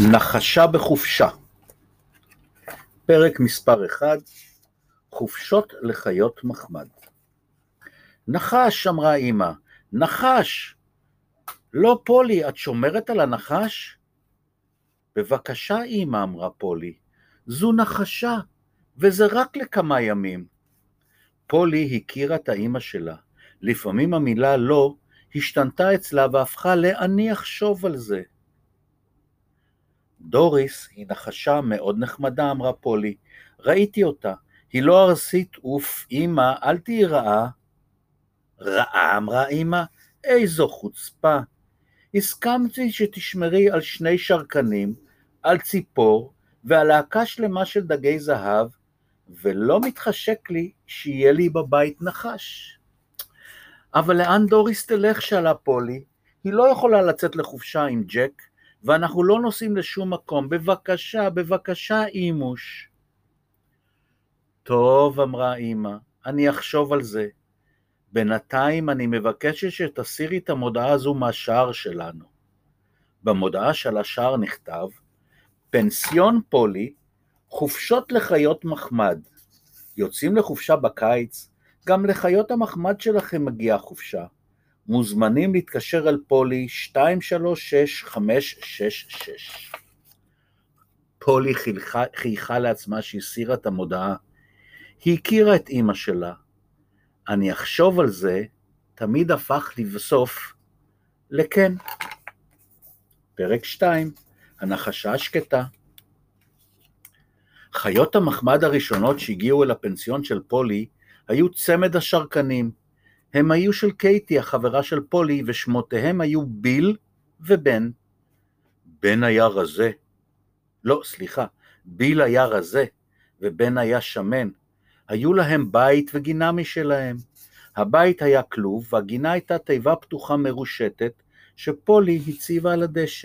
נחשה בחופשה. פרק מספר 1, חופשות לחיות מחמד. נחש, אמרה אמא, נחש. לא פולי, את שומרת על הנחש? בבקשה אמא, אמרה פולי, זו נחשה, וזה רק לכמה ימים. פולי הכירה את האמא שלה, לפעמים המילה לא השתנתה אצלה והפכה לאני אחשוב על זה. דוריס היא נחשה מאוד נחמדה, אמרה פולי, ראיתי אותה, היא לא ארסית, אוף, אמא, אל תהי רעה. רעה, אמרה אמא, איזו חוצפה. הסכמתי שתשמרי על 2 שרקנים, על ציפור ועל להקה שלמה של דגי זהב, ולא מתחשק לי שיהיה לי בבית נחש. אבל לאן דוריס תלך, שאלה פולי? היא לא יכולה לצאת לחופשה עם ג'ק, ואנחנו לא נוסעים לשום מקום. בבקשה, בבקשה, אימוש. טוב, אמרה אמא, אני אחשוב על זה. בינתיים אני מבקשת שתסירי את המודעה הזו מהשער שלנו. במודעה של השער נכתב, פנסיון פולי, חופשות לחיות מחמד. יוצאים לחופשה בקיץ, גם לחיות המחמד שלכם מגיעה חופשה. מוזמנים להתקשר אל פולי 236-566. פולי חייכה לעצמה שהסירה את המודעה. היא הכירה את אמא שלה. אני אחשוב על זה, תמיד הפך לבסוף לכן. פרק 2, הנחשה השקטה. חיות המחמד הראשונות שהגיעו אל הפנסיון של פולי היו צמד השרקנים. הם היו של קייטי, החברה של פולי, ושמותיהם היו ביל ובן. בן היה רזה. לא, סליחה, ביל היה רזה, ובן היה שמן. היו להם בית וגינה משלהם. הבית היה כלוב, והגינה הייתה תיבה פתוחה מרושתת, שפולי הציבה על הדשא.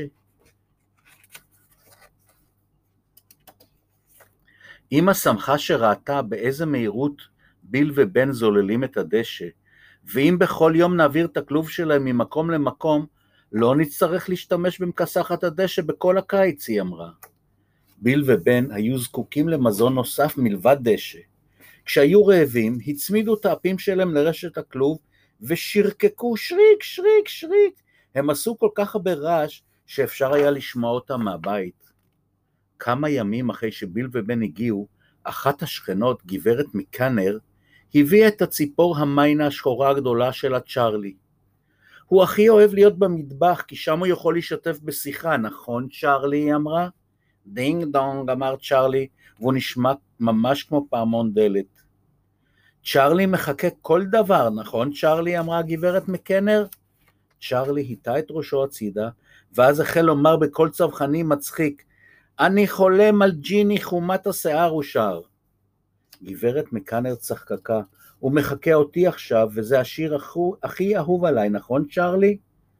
אמא שמחה שראתה באיזה מהירות ביל ובן זוללים את הדשא, ואם בכל יום נעביר את הכלוב שלהם ממקום למקום, לא נצטרך להשתמש במכסחת הדשא בכל הקיץ, היא אמרה. ביל ובן היו זקוקים למזון נוסף מלבד דשא. כשהיו רעבים, הצמידו את האפים שלהם לרשת הכלוב, ושרקקו שריק, שריק, שריק. הם עשו כל כך הרבה רעש, שאפשר היה לשמוע אותם מהבית. כמה ימים אחרי שביל ובן הגיעו, אחת השכנות, גברת מקאנר, הביאה את הציפור המיינה השחורה הגדולה שלה, צ'רלי. הוא הכי אוהב להיות במטבח, כי שם הוא יכול להשתתף בשיחה, נכון צ'רלי? היא אמרה. דינג דונג, אמר צ'רלי, והוא נשמע ממש כמו פעמון דלת. צ'רלי מחכה כל דבר, נכון צ'רלי? אמרה גברת מקאנר. צ'רלי היטה את ראשו הצידה, ואז החל לומר בקול צווחני מצחיק, אני חולם על ג'יני חומת השיער, הוא שר. גברת מקאנר צחקקה, הוא מחכה אותי עכשיו, וזה השיר הכי אהוב עליי, נכון צ'רלי?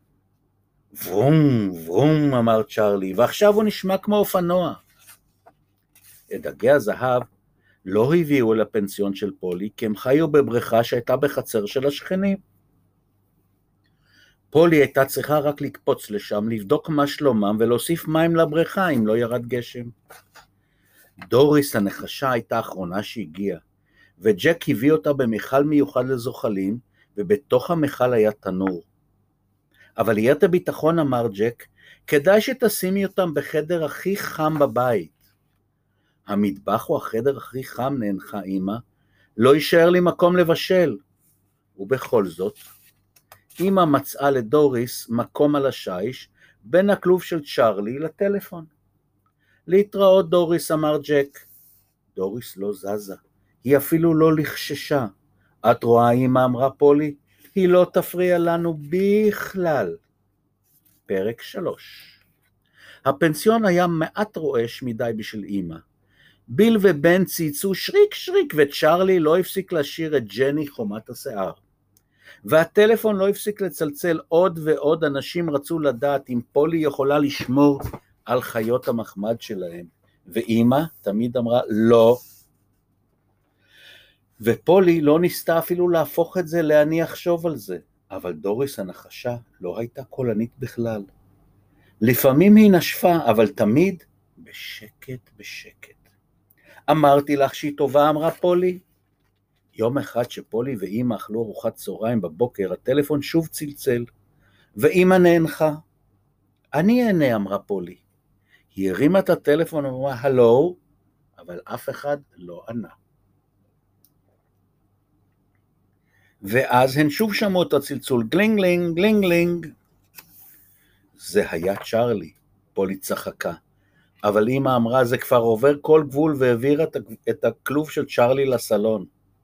ורום, ורום, אמר צ'רלי, ועכשיו הוא נשמע כמו אופנוע. את דגי הזהב לא הביאו אל הפנסיון של פולי, כי הם חיו בבריכה שהייתה בחצר של השכנים. פולי הייתה צריכה רק לקפוץ לשם, לבדוק מה שלומם ולהוסיף מים לבריכה אם לא ירד גשם. דוריס הנחשה הייתה האחרונה שהגיעה, וג'ק הביא אותה במיכל מיוחד לזוחלים, ובתוך המיכל היה תנור. אבל ליתר הביטחון, אמר ג'ק, כדאי שתשימי אותם בחדר הכי חם בבית. המטבח הוא החדר הכי חם, נענחה אמא, לא יישאר לי מקום לבשל. ובכל זאת, אמא מצאה לדוריס מקום על השיש, בין הכלוב של צ'רלי לטלפון. להתראות דוריס, אמר ג'ק. דוריס לא זזה, היא אפילו לא לחששה. את רואה אמא, אמרה פולי, היא לא תפריע לנו בכלל. פרק 3. הפנסיון היה מעט רועש מדי בשביל אמא. ביל ובן צייצו שריק שריק, וצ'רלי לא הפסיק לשיר את ג'ני חומת השיער. והטלפון לא הפסיק לצלצל, עוד ועוד אנשים רצו לדעת אם פולי יכולה לשמור על חיות המחמד שלהם. ואמא תמיד אמרה לא. ופולי לא ניסתה אפילו להפוך את זה לאני אחשוב על זה. אבל דוריס הנחשה לא הייתה קולנית בכלל. לפעמים היא נשפה, אבל תמיד בשקט בשקט. אמרתי לך שהיא טובה, אמרה פולי. יום אחד שפולי ואמא אכלו ארוחת צהריים בבוקר, הטלפון שוב צלצל, ואמא נאנחה. אני אענה, אמרה פולי. היא הרימה את הטלפון ואמרה, הלו, אבל אף אחד לא ענה. ואז הן שוב שמעו את הצלצול, גלינג גלינג גלינג. זה היה צ'רלי, פולי צחקה. אבל אמא אמרה, זה כבר עובר כל גבול, והעבירה את הכלוב של צ'רלי לסלון.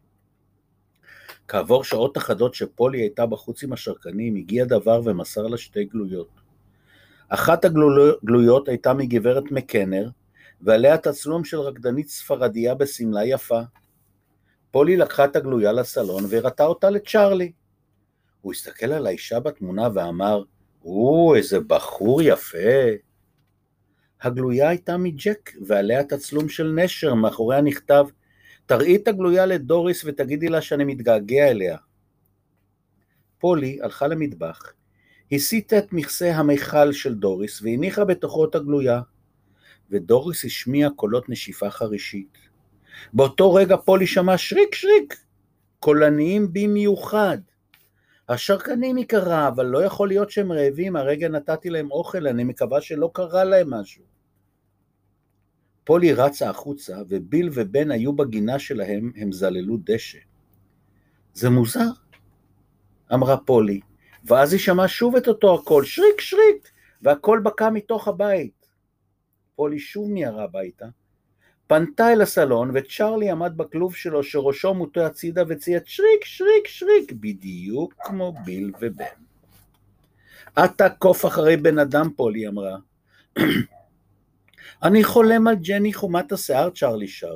כעבור שעות אחדות שפולי הייתה בחוץ עם השרקנים, הגיע דבר ומסר לה שתי גלויות. אחת הגלויות הייתה מגברת מקנר, ועליה תצלום של רקדנית ספרדיה בסמלה יפה. פולי לקחה את הגלויה לסלון והראתה אותה לצ'רלי. הוא הסתכל על האישה בתמונה ואמר, איזה בחור יפה. הגלויה הייתה מג'ק, ועליה תצלום של נשר, מאחוריה נכתב, תראי את הגלויה לדוריס ותגידי לה שאני מתגעגע אליה. פולי הלכה למטבח, הסיטה את מכסה המיכל של דוריס והניחה בתוכו את הגלויה, ודוריס השמיע קולות נשיפה חרישית. באותו רגע פולי שמע שריק שריק, קולניים במיוחד. השרקנים יקרה, אבל לא יכול להיות שהם רעבים, הרגע נתתי להם אוכל, אני מקווה שלא קרה להם משהו. פולי רצה החוצה, וביל ובן היו בגינה שלהם, הם זללו דשא. זה מוזר, אמרה פולי, ואז היא שמעה שוב את אותו הקול, שריק שריק, והקול בקע מתוך הבית. פולי שוב מיהרה הביתה, פנתה אל הסלון, וצ'רלי עמד בכלוב שלו שראשו מוטה הצידה וציית שריק שריק שריק, בדיוק כמו ביל ובן. אתה קוף אחרי בן אדם, פולי אמרה. אני חולם על ג'ני חומת השיער, צ'רלי שר.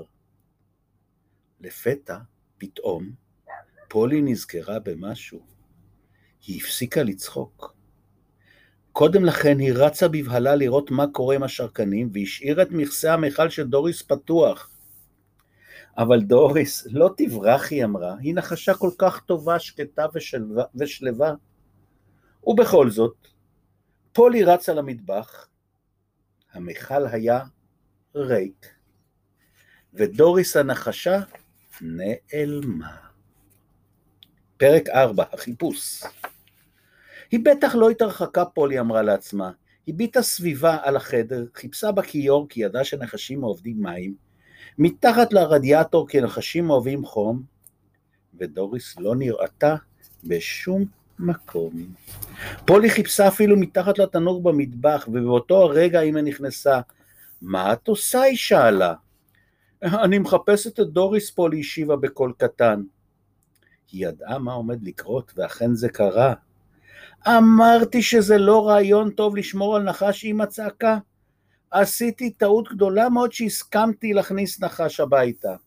לפתע, פתאום, פולי נזכרה במשהו. היא הפסיקה לצחוק. קודם לכן היא רצה בבהלה לראות מה קורה עם השרקנים, והשאירה את מכסה המיכל של דוריס פתוח. אבל דוריס, לא תברח, היא אמרה, היא נחשה כל כך טובה, שקטה ושלווה. ובכל זאת, פולי רצה למטבח, המיכל היה ריק, ודוריס הנחשה נעלמה. פרק 4, החיפוש. היא בטח לא התרחקה, פולי אמרה לעצמה. היא ביטה סביבה על החדר, חיפשה בכיור כי ידעה שנחשים אוהבים מים, מתחת לרדיאטור כי נחשים אוהבים חום, ודוריס לא נראתה בשום מקום. פולי חיפשה אפילו מתחת לתנור במטבח, ובאותו הרגע אמא נכנסה. מה את עושה? היא שאלה. אני מחפשת את דוריס, פולי השיבה בקול קטן. היא ידעה מה עומד לקרות, ואכן זה קרה. אמרתי שזה לא רעיון טוב לשמור על נחש, אמא צעקה. עשיתי טעות גדולה מאוד שהסכמתי להכניס נחש הביתה.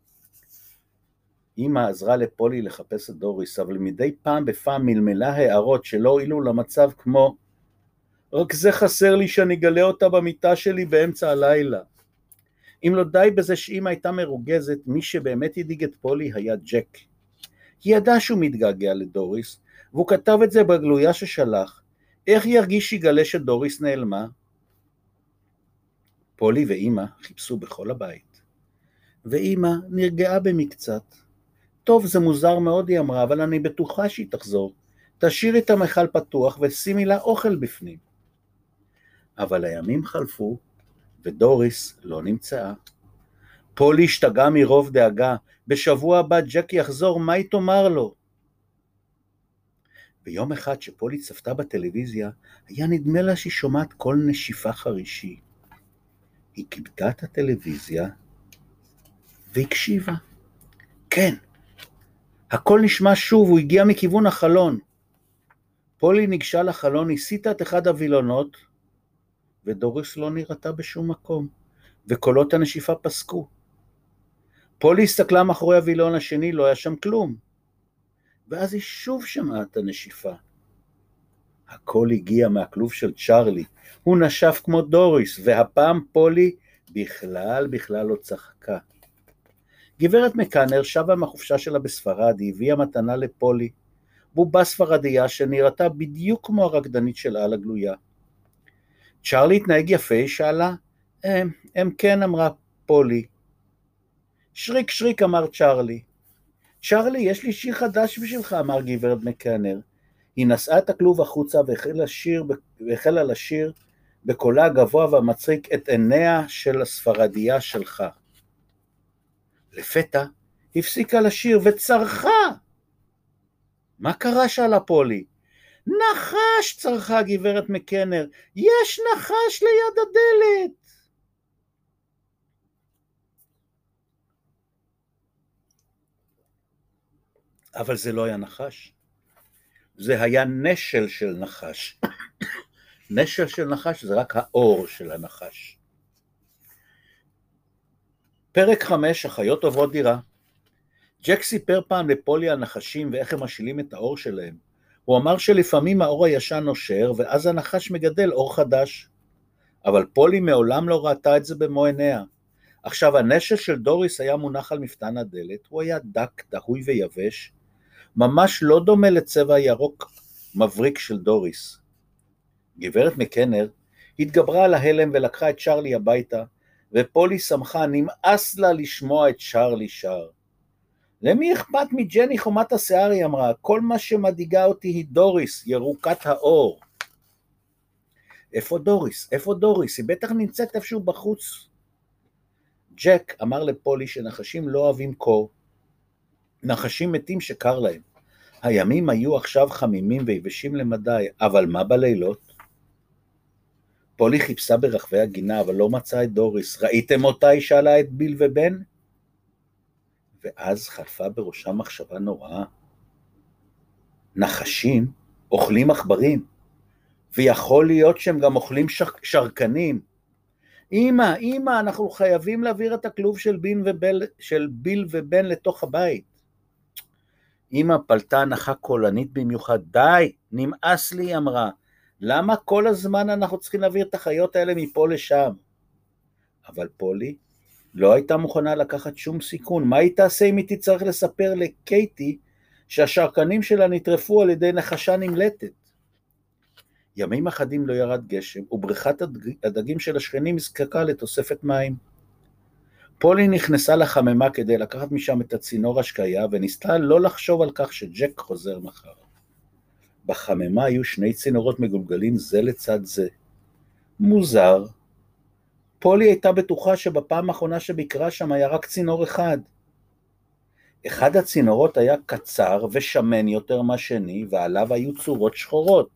אמא עזרה לפולי לחפש את דוריס, אבל מדי פעם בפעם מלמלה הערות שלא הועילו למצב כמו, רק זה חסר לי שאני אגלה אותה במיטה שלי באמצע הלילה. אם לא די בזה שאמא הייתה מרוגזת, מי שבאמת הדאיג את פולי היה ג'ק. היא ידעה שהוא מתגעגע לדוריס, והוא כתב את זה בגלויה ששלח. איך ירגיש שיגלה שדוריס נעלמה? פולי ואמא חיפשו בכל הבית, ואמא נרגעה במקצת. טוב, זה מוזר מאוד, היא אמרה, אבל אני בטוחה שהיא תחזור. תשאירי את המכל פתוח ושימי לה אוכל בפנים. אבל הימים חלפו, ודוריס לא נמצאה. פולי השתגעה מרוב דאגה. בשבוע הבא ג'ק יחזור, מה היא תאמר לו? ביום אחד שפולי צפתה בטלוויזיה, היה נדמה לה שהיא שומעת קול נשיפה חרישי. היא כיבתה את הטלוויזיה והקשיבה. כן, הקול נשמע שוב, הוא הגיע מכיוון החלון. פולי ניגשה לחלון, הסיטה את אחד הווילונות, ודוריס לא נראתה בשום מקום, וקולות הנשיפה פסקו. פולי הסתכלה מאחורי הווילון השני, לא היה שם כלום. ואז היא שוב שמעה את הנשיפה. הקול הגיע מהכלוב של צ'רלי, הוא נשף כמו דוריס, והפעם פולי בכלל לא צחקה. גברת מקנר שבה מהחופשה שלה בספרד, היא הביאה מתנה לפולי, בובה ספרדיה שנראתה בדיוק כמו הרקדנית של על הגלויה. צ'רלי התנהג יפה, היא שאלה. הם כן, אמרה פולי. שריק שריק, אמר צ'רלי. צ'רלי, יש לי שיר חדש בשבילך, אמר גברת מקאנר. היא נשאה את הכלוב החוצה והחלה לשיר בקולה הגבוה והמצחיק את עיניה של הספרדיה שלך. לפתע הפסיקה לשיר וצרחה. מה קרה? שאלה פולי. נחש, צרחה גברת מקאנר, יש נחש ליד הדלת. אבל זה לא היה נחש, זה היה נשל של נחש. נשל של נחש זה רק האור של הנחש. פרק 5, החיות עוברות דירה. ג'ק סיפר פעם לפולי על נחשים ואיך הם משילים את האור שלהם. הוא אמר שלפעמים האור הישן נושר ואז הנחש מגדל אור חדש. אבל פולי מעולם לא ראתה את זה במו עיניה. עכשיו הנשל של דוריס היה מונח על מפתן הדלת, הוא היה דק, דהוי ויבש, ממש לא דומה לצבע הירוק מבריק של דוריס. גברת מקאנר התגברה על ההלם ולקחה את צ'רלי הביתה, ופולי שמחה, נמאס לה לשמוע את צ'רלי שר. למי אכפת מג'ני חומת השיער, היא אמרה, כל מה שמדאיגה אותי היא דוריס, ירוקת האור. איפה דוריס? איפה דוריס? היא בטח נמצאת איפשהו בחוץ. ג'ק אמר לפולי שנחשים לא אוהבים קור. נחשים מתים שקר להם. הימים היו עכשיו חמימים ויבשים למדי, אבל מה בלילות? פולי חיפשה ברחבי הגינה, אבל לא מצאה את דוריס. ראיתם אותה? היא שאלה את ביל ובן? ואז חלפה בראשה מחשבה נוראה. נחשים אוכלים עכברים, ויכול להיות שהם גם אוכלים שרקנים. אמא, אנחנו חייבים להעביר את הכלוב של ביל ובן לתוך הבית. אמא פלטה הנחה קולנית במיוחד. די, נמאס לי, אמרה. למה כל הזמן אנחנו צריכים להעביר את החיות האלה מפה לשם? אבל פולי לא הייתה מוכנה לקחת שום סיכון. מה היא תעשה אם היא תצטרך לספר לקייטי שהשרקנים שלה נטרפו על ידי נחשה נמלטת? ימים אחדים לא ירד גשם, ובריכת הדגים של השכנים הזקקה לתוספת מים. פולי נכנסה לחממה כדי לקחת משם את הצינור השקיה, וניסתה לא לחשוב על כך שג'ק חוזר מחר. בחממה היו 2 צינורות מגולגלים זה לצד זה. מוזר. פולי הייתה בטוחה שבפעם האחרונה שביקרה שם היה רק צינור אחד. אחד הצינורות היה קצר ושמן יותר מהשני, ועליו היו צורות שחורות.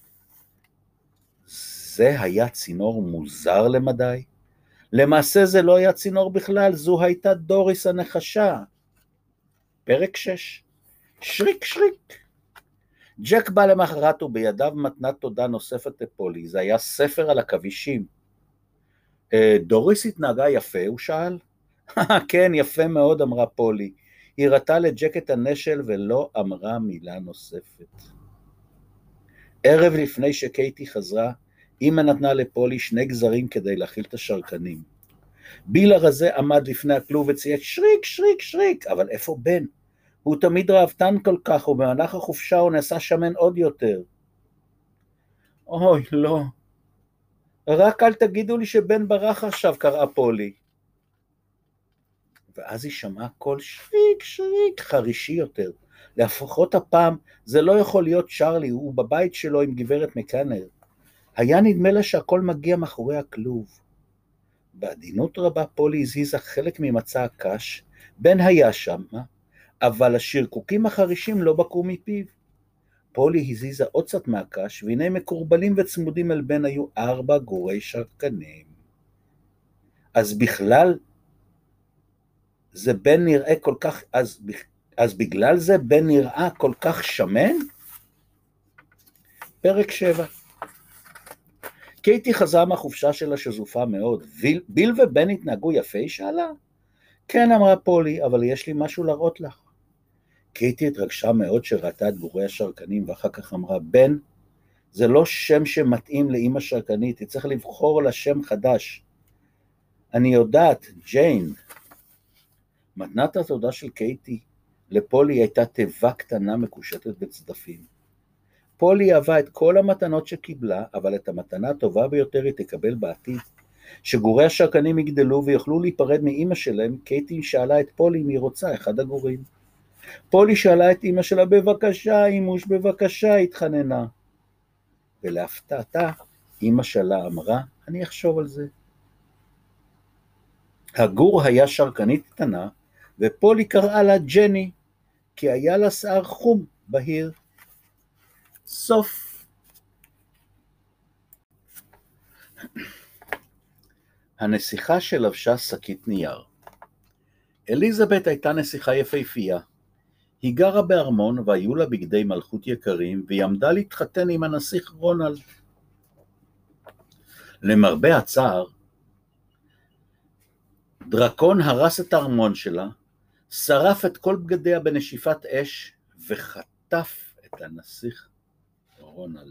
זה היה צינור מוזר למדי. למעשה זה לא היה צינור בכלל, זו הייתה דוריס הנחשה. פרק 6. שריק שריק. ג'ק בא למחרת ובידיו מתנת תודה נוספת לפולי, זה היה ספר על הכבישים. דוריס התנהגה יפה, הוא שאל. כן, יפה מאוד, אמרה פולי. היא ראתה לג'ק את הנשל ולא אמרה מילה נוספת. ערב לפני שקייטי חזרה, אמא נתנה לפולי 2 גזרים כדי להכיל את השרקנים. ביל הרזה עמד לפני הכלוב וצייץ שריק שריק שריק, אבל איפה בן? הוא תמיד רעבתן כל כך, ובמהלך החופשה הוא נעשה שמן עוד יותר. אוי, לא. רק אל תגידו לי שבן ברח עכשיו, קראה פולי. ואז היא שמעה קול שריק שריק חרישי יותר. לפחות הפעם זה לא יכול להיות צ'רלי, הוא בבית שלו עם גברת מקאנר. היה נדמה לה שהכל מגיע מאחורי הכלוב. בעדינות רבה פולי הזיזה חלק ממצע הקש, בן היה שם, אבל השרקוקים החרישים לא בקעו מפיו. פולי הזיזה עוד קצת מהקש, והנה מקורבלים וצמודים אל בן היו 4 גורי שרקנים. אז בכלל זה בן נראה כל כך, אז בגלל זה בן נראה כל כך שמן? פרק 7. קייטי חזרה מהחופשה שלה שזופה מאוד. ביל ובן התנהגו יפה, היא שאלה? כן, אמרה פולי, אבל יש לי משהו להראות לך. קייטי התרגשה מאוד שראתה את גורי השרקנים, ואחר כך אמרה, בן, זה לא שם שמתאים לאמא שרקנית, היא צריך לבחור לה שם חדש. אני יודעת, ג'יין. מתנת התודה של קייטי לפולי הייתה תיבה קטנה מקושטת בצדפים. פולי אהבה את כל המתנות שקיבלה, אבל את המתנה הטובה ביותר היא תקבל בעתיד. שגורי השרקנים יגדלו ויוכלו להיפרד מאמא שלהם, קייטי שאלה את פולי אם היא רוצה אחד הגורים. פולי שאלה את אמא שלה, בבקשה, אמוש, בבקשה, התחננה. ולהפתעתה, אמא שלה אמרה, אני אחשוב על זה. הגור היה שרקנית קטנה, ופולי קראה לה ג'ני, כי היה לה שיער חום בהיר. סוף. הנסיכה שלבשה שקית נייר. אליזבת הייתה נסיכה יפהפייה. היא גרה בארמון והיו לה בגדי מלכות יקרים, והיא עמדה להתחתן עם הנסיך רונלד. למרבה הצער, דרקון הרס את הארמון שלה, שרף את כל בגדיה בנשיפת אש, וחטף את הנסיך רונלד.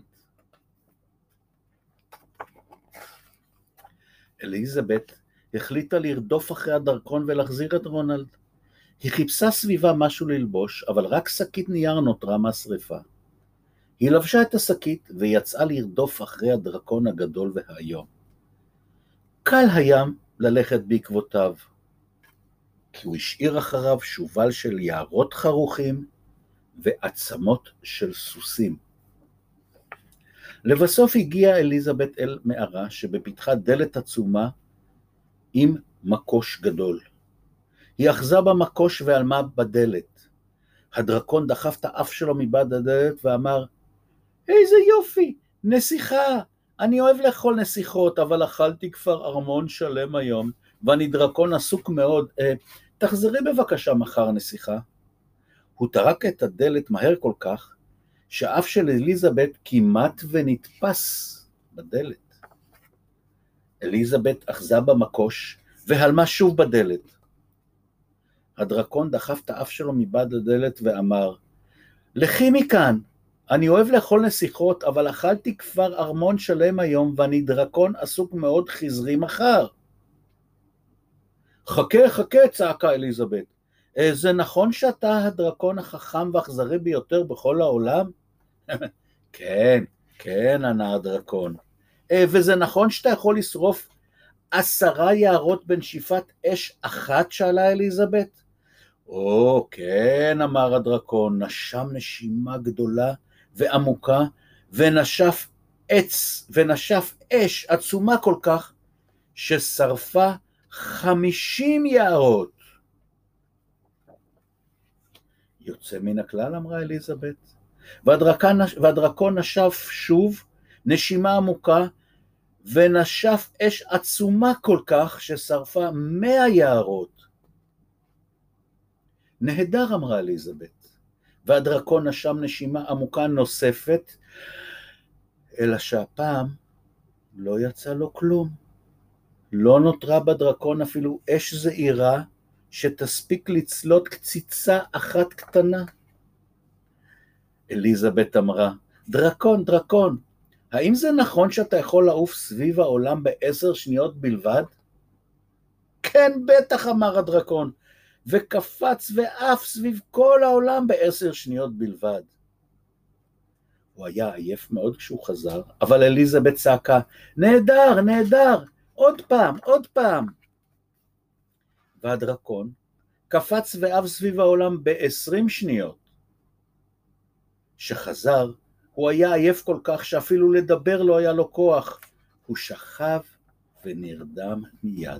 אליזבת החליטה לרדוף אחרי הדרקון ולהחזיר את רונלד. היא חיפשה סביבה משהו ללבוש, אבל רק שקית נייר נותרה מהשריפה. היא לבשה את השקית ויצאה לרדוף אחרי הדרקון הגדול והאיום. קל היה ללכת בעקבותיו, כי הוא השאיר אחריו שובל של יערות חרוכים ועצמות של סוסים. לבסוף הגיעה אליזבת אל מערה שבפתחה דלת עצומה עם מקוש גדול. היא אחזה במקוש ועלמה בדלת. הדרקון דחף את האף שלו מבעד הדלת ואמר, איזה יופי, נסיכה, אני אוהב לאכול נסיכות, אבל אכלתי כבר ארמון שלם היום, ואני דרקון עסוק מאוד, תחזרי בבקשה מחר נסיכה. הוא טרק את הדלת מהר כל כך, שהאף של אליזבת כמעט ונתפס בדלת. אליזבת אחזה במקוש והלמה שוב בדלת. הדרקון דחף את האף שלו מבעד הדלת ואמר, לכי מכאן, אני אוהב לאכול נסיכות, אבל אכלתי כבר ארמון שלם היום ואני דרקון עסוק מאוד, חזרי מחר. חכה, חכה, צעקה אליזבת. זה נכון שאתה הדרקון החכם והאכזרי ביותר בכל העולם? כן, כן, ענה הדרקון. וזה נכון שאתה יכול לשרוף 10 יערות בנשיפת אש אחת? שאלה אליזבת. או, כן, אמר הדרקון, נשם נשימה גדולה ועמוקה, ונשף אש עצומה כל כך, ששרפה 50 יערות. יוצא מן הכלל, אמרה אליזבת. והדרקון נשף שוב נשימה עמוקה, ונשף אש עצומה כל כך, ששרפה 100 יערות. נהדר, אמרה אליזבת. והדרקון נשם נשימה עמוקה נוספת, אלא שהפעם לא יצא לו כלום. לא נותרה בדרקון אפילו אש זעירה, שתספיק לצלות קציצה אחת קטנה. אליזבת אמרה, דרקון, דרקון, האם זה נכון שאתה יכול לעוף סביב העולם ב10 שניות בלבד? כן, בטח, אמר הדרקון, וקפץ ועף סביב כל העולם ב10 שניות בלבד. הוא היה עייף מאוד כשהוא חזר, אבל אליזבת צעקה, נהדר, נהדר, עוד פעם, עוד פעם. והדרקון קפץ ועף סביב העולם ב20 שניות. שחזר, הוא היה עייף כל כך שאפילו לדבר לא היה לו כוח. הוא שכב ונרדם מיד.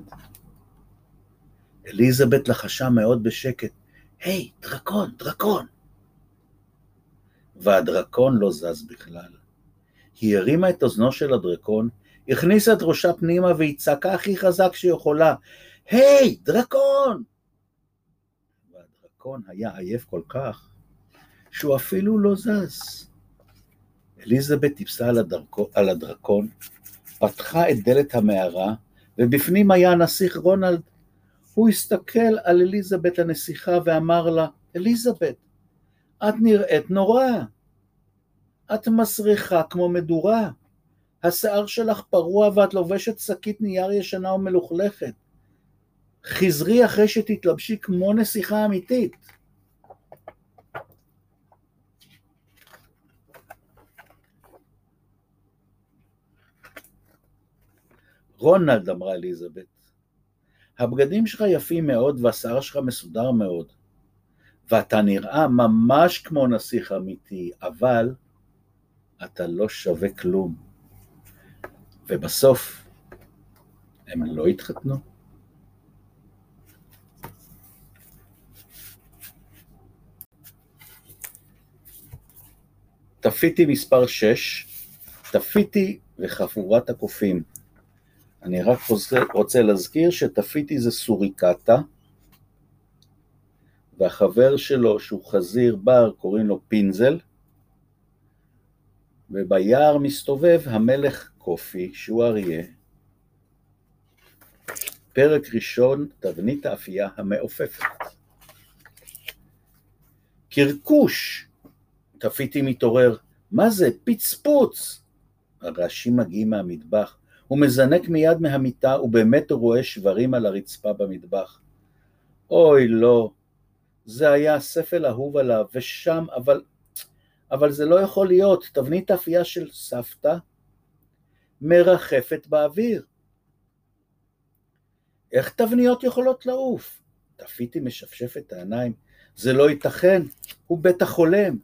אליזבת לחשה מאוד בשקט, היי, דרקון, דרקון. והדרקון לא זז בכלל. היא הרימה את אוזנו של הדרקון, הכניסה את ראשה פנימה והיא צעקה הכי חזק שיכולה, היי, דרקון! והדרקון היה עייף כל כך, שהוא אפילו לא זז. אליזבת טיפסה על הדרקון, פתחה את דלת המערה, ובפנים היה הנסיך רונלד. הוא הסתכל על אליזבת הנסיכה ואמר לה, אליזבת, את נראית נורא. את מסריחה כמו מדורה. השיער שלך פרוע ואת לובשת שקית נייר ישנה ומלוכלכת. חזרי אחרי שתתלבשי כמו נסיכה אמיתית. רונלד, אמרה אליזבת, הבגדים שלך יפים מאוד והשיער שלך מסודר מאוד, ואתה נראה ממש כמו נסיך אמיתי, אבל אתה לא שווה כלום. ובסוף הם לא התחתנו. תפיתי מספר 6, תפיתי וחפורת הקופים. אני רק רוצה להזכיר שתפיתי זה סוריקטה, והחבר שלו שהוא חזיר בר קוראים לו פינזל, וביער מסתובב המלך קופי שהוא אריה. פרק ראשון, תבנית האפייה המעופפת. קרקוש, תפיתי מתעורר, מה זה? פצפוץ! הרעשים מגיעים מהמטבח, הוא מזנק מיד מהמיטה, ובאמת הוא רואה שברים על הרצפה במטבח. אוי לא, זה היה ספל אהוב עליו, ושם, אבל זה לא יכול להיות, תבנית האפייה של סבתא מרחפת באוויר. איך תבניות יכולות לעוף? תפיתי משפשף את העיניים, זה לא ייתכן, הוא בטח חולם.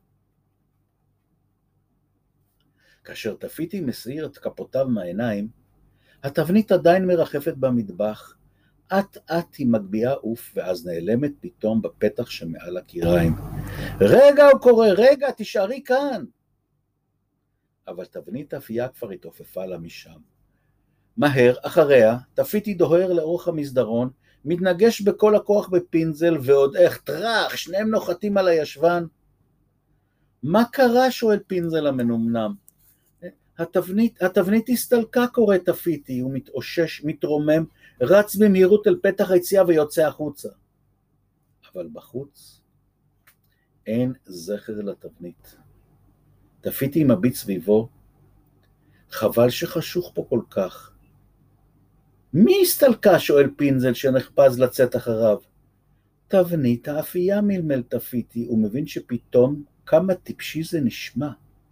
כאשר תפיתי מסיר את כפותיו מהעיניים, התבנית עדיין מרחפת במטבח, אט אט היא מגביהה עוף, ואז נעלמת פתאום בפתח שמעל הקיריים. רגע, הוא קורא, רגע, תישארי כאן. אבל תבנית האפייה כבר התעופפה לה משם. מהר, אחריה, תפיתי דוהר לאורך המסדרון, מתנגש בכל הכוח בפינזל, ועוד איך טרח, שניהם נוחתים על הישבן. מה קרה? שואל פינזל המנומנם. התבנית הסתלקה, קורא תפיתי, הוא מתאושש, מתרומם, רץ במהירות אל פתח היציאה ויוצא החוצה. אבל בחוץ אין זכר לתבנית. תפיתי מביט סביבו, חבל שחשוך פה כל כך. מי הסתלקה? שואל פינזל שנחפז לצאת אחריו. תבנית האפייה, מלמל תפיתי, הוא מבין שפתאום כמה טיפשי זה נשמע.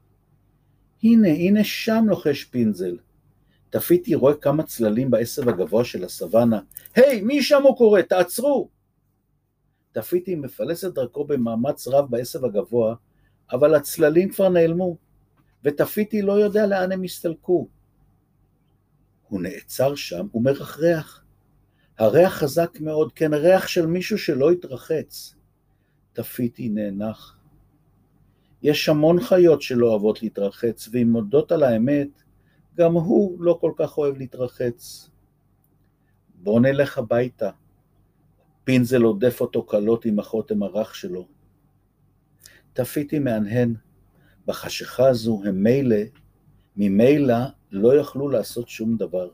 הנה שם, לוחש פינזל. תפיתי רואה כמה צללים בעשב הגבוה של הסוואנה. היי, מי שם? הוא קורא, תעצרו! תפיתי מפלס את דרכו במאמץ רב בעשב הגבוה, אבל הצללים כבר נעלמו, ותפיתי לא יודע לאן הם הסתלקו. הוא נעצר שם ומרחרח. הריח חזק מאוד, כן, ריח של מישהו שלא התרחץ. תפיתי נאנח. יש המון חיות שלא אוהבות להתרחץ, ואם מודות על האמת, גם הוא לא כל כך אוהב להתרחץ. בוא נלך הביתה. פינזל עודף אותו קלות עם החותם הרך שלו. תפיתי מהנהן. בחשיכה הזו הם ממילא לא יכלו לעשות שום דבר.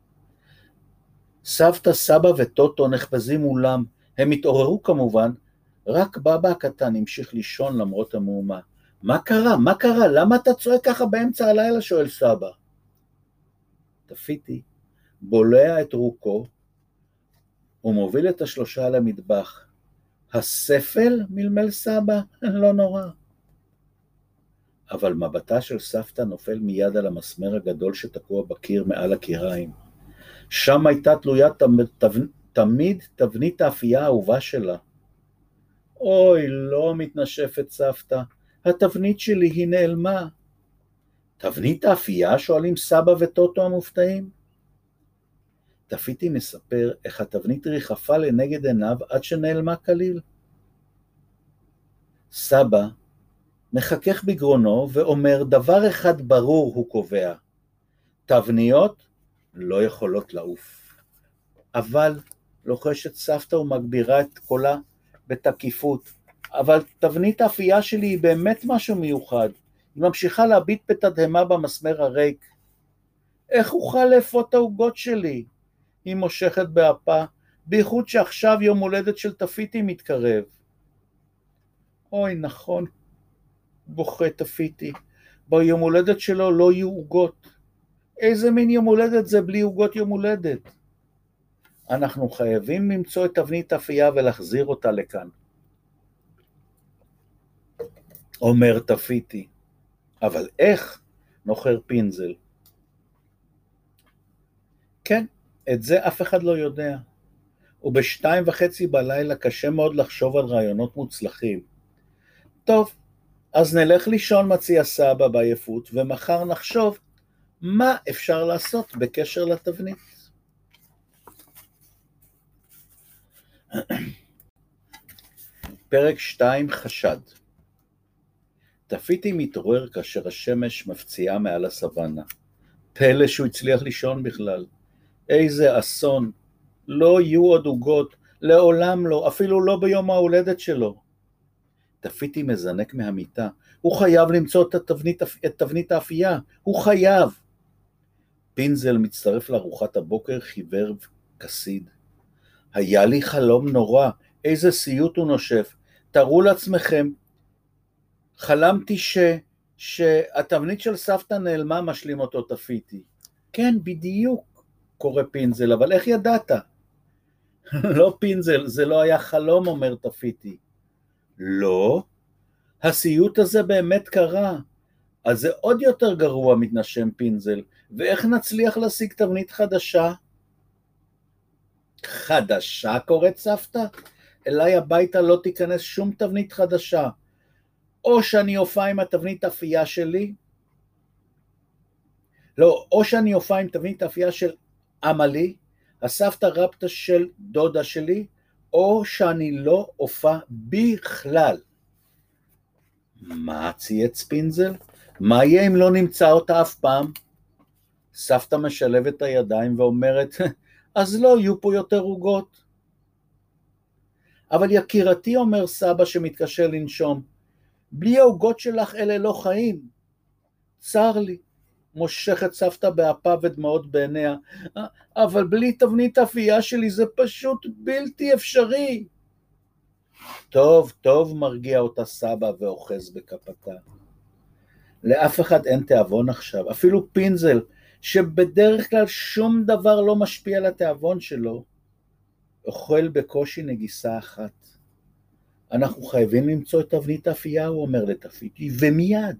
סבתא, סבא וטוטו נחפזים מולם. הם התעוררו כמובן, רק בבא הקטן המשיך לישון למרות המהומה. מה קרה? מה קרה? למה אתה צועק ככה באמצע הלילה? שואל סבא. תפיתי בולע את רוקו ומוביל את השלושה למטבח. הספל? מלמל סבא, לא נורא. אבל מבטה של סבתא נופל מיד על המסמר הגדול שתקוע בקיר מעל הקיריים. שם הייתה תלויה תמיד תבנית האפייה האהובה שלה. אוי, לא, מתנשפת סבתא, התבנית שלי היא נעלמה. תבנית האפייה? שואלים סבא וטוטו המופתעים. תפיתי מספר איך התבנית ריחפה לנגד עיניו עד שנעלמה כליל. סבא מחכך בגרונו ואומר, דבר אחד ברור הוא קובע, תבניות לא יכולות לעוף. אבל לוחשת סבתא ומגבירה את קולה בתקיפות, אבל תבנית האפייה שלי היא באמת משהו מיוחד. היא ממשיכה להביט בתדהמה במסמר הריק. איך אוכל לאפות את העוגות שלי? היא מושכת באפה, בייחוד שעכשיו יום הולדת של תפיתי מתקרב. אוי, נכון, בוכה תפיתי, ביום הולדת שלו לא יהיו עוגות. איזה מין יום הולדת זה בלי עוגות יום הולדת? אנחנו חייבים למצוא את תבנית האפייה ולהחזיר אותה לכאן. אומר תפיתי. אבל איך? נוחר פינזל. כן, את זה אף אחד לא יודע. וב2:30 בלילה קשה מאוד לחשוב על רעיונות מוצלחים. טוב, אז נלך לישון, מציע סבא בעייפות, ומחר נחשוב מה אפשר לעשות בקשר לתבנית. פרק 2, חשד. תפיתי מתעורר כאשר השמש מפציעה מעל הסוואנה. פלא שהוא הצליח לישון בכלל. איזה אסון. לא יהיו עוד עוגות, לעולם לא, אפילו לא ביום ההולדת שלו. תפיתי מזנק מהמיטה. הוא חייב למצוא את תבנית האפייה. הוא חייב. פינזל מצטרף לארוחת הבוקר חיוור וכסיד. היה לי חלום נורא. איזה סיוט הוא נושף. תראו לעצמכם. חלמתי שהתבנית של סבתא נעלמה, משלים אותו תפיתי. כן, בדיוק, קורא פינזל, אבל איך ידעת? לא פינזל, זה לא היה חלום, אומר תפיתי. לא, הסיוט הזה באמת קרה. אז זה עוד יותר גרוע, מתנשם פינזל. ואיך נצליח להשיג תבנית חדשה? חדשה, קוראת סבתא? אליי הביתה לא תיכנס שום תבנית חדשה. או שאני הופעה עם התבנית האפייה שלי, לא, או שאני הופעה עם תבנית האפייה של אמלי, הסבתא רבתא של דודה שלי, או שאני לא הופעה בכלל. מה צייץ פינזל? מה יהיה אם לא נמצא אותה אף פעם? סבתא משלבת את הידיים ואומרת, אז לא יהיו פה יותר עוגות. אבל יקירתי, אומר סבא שמתקשר לנשום, בלי העוגות שלך אלה לא חיים. צר לי, מושכת סבתא באפה ודמעות בעיניה, אבל בלי תבנית האפייה שלי זה פשוט בלתי אפשרי. טוב, טוב, מרגיע אותה סבא ואוחז בכפתה. לאף אחד אין תיאבון עכשיו, אפילו פינזל, שבדרך כלל שום דבר לא משפיע על התיאבון שלו, אוכל בקושי נגיסה אחת. אנחנו חייבים למצוא את תבנית האפייה, הוא אומר לתפיתי, ומיד.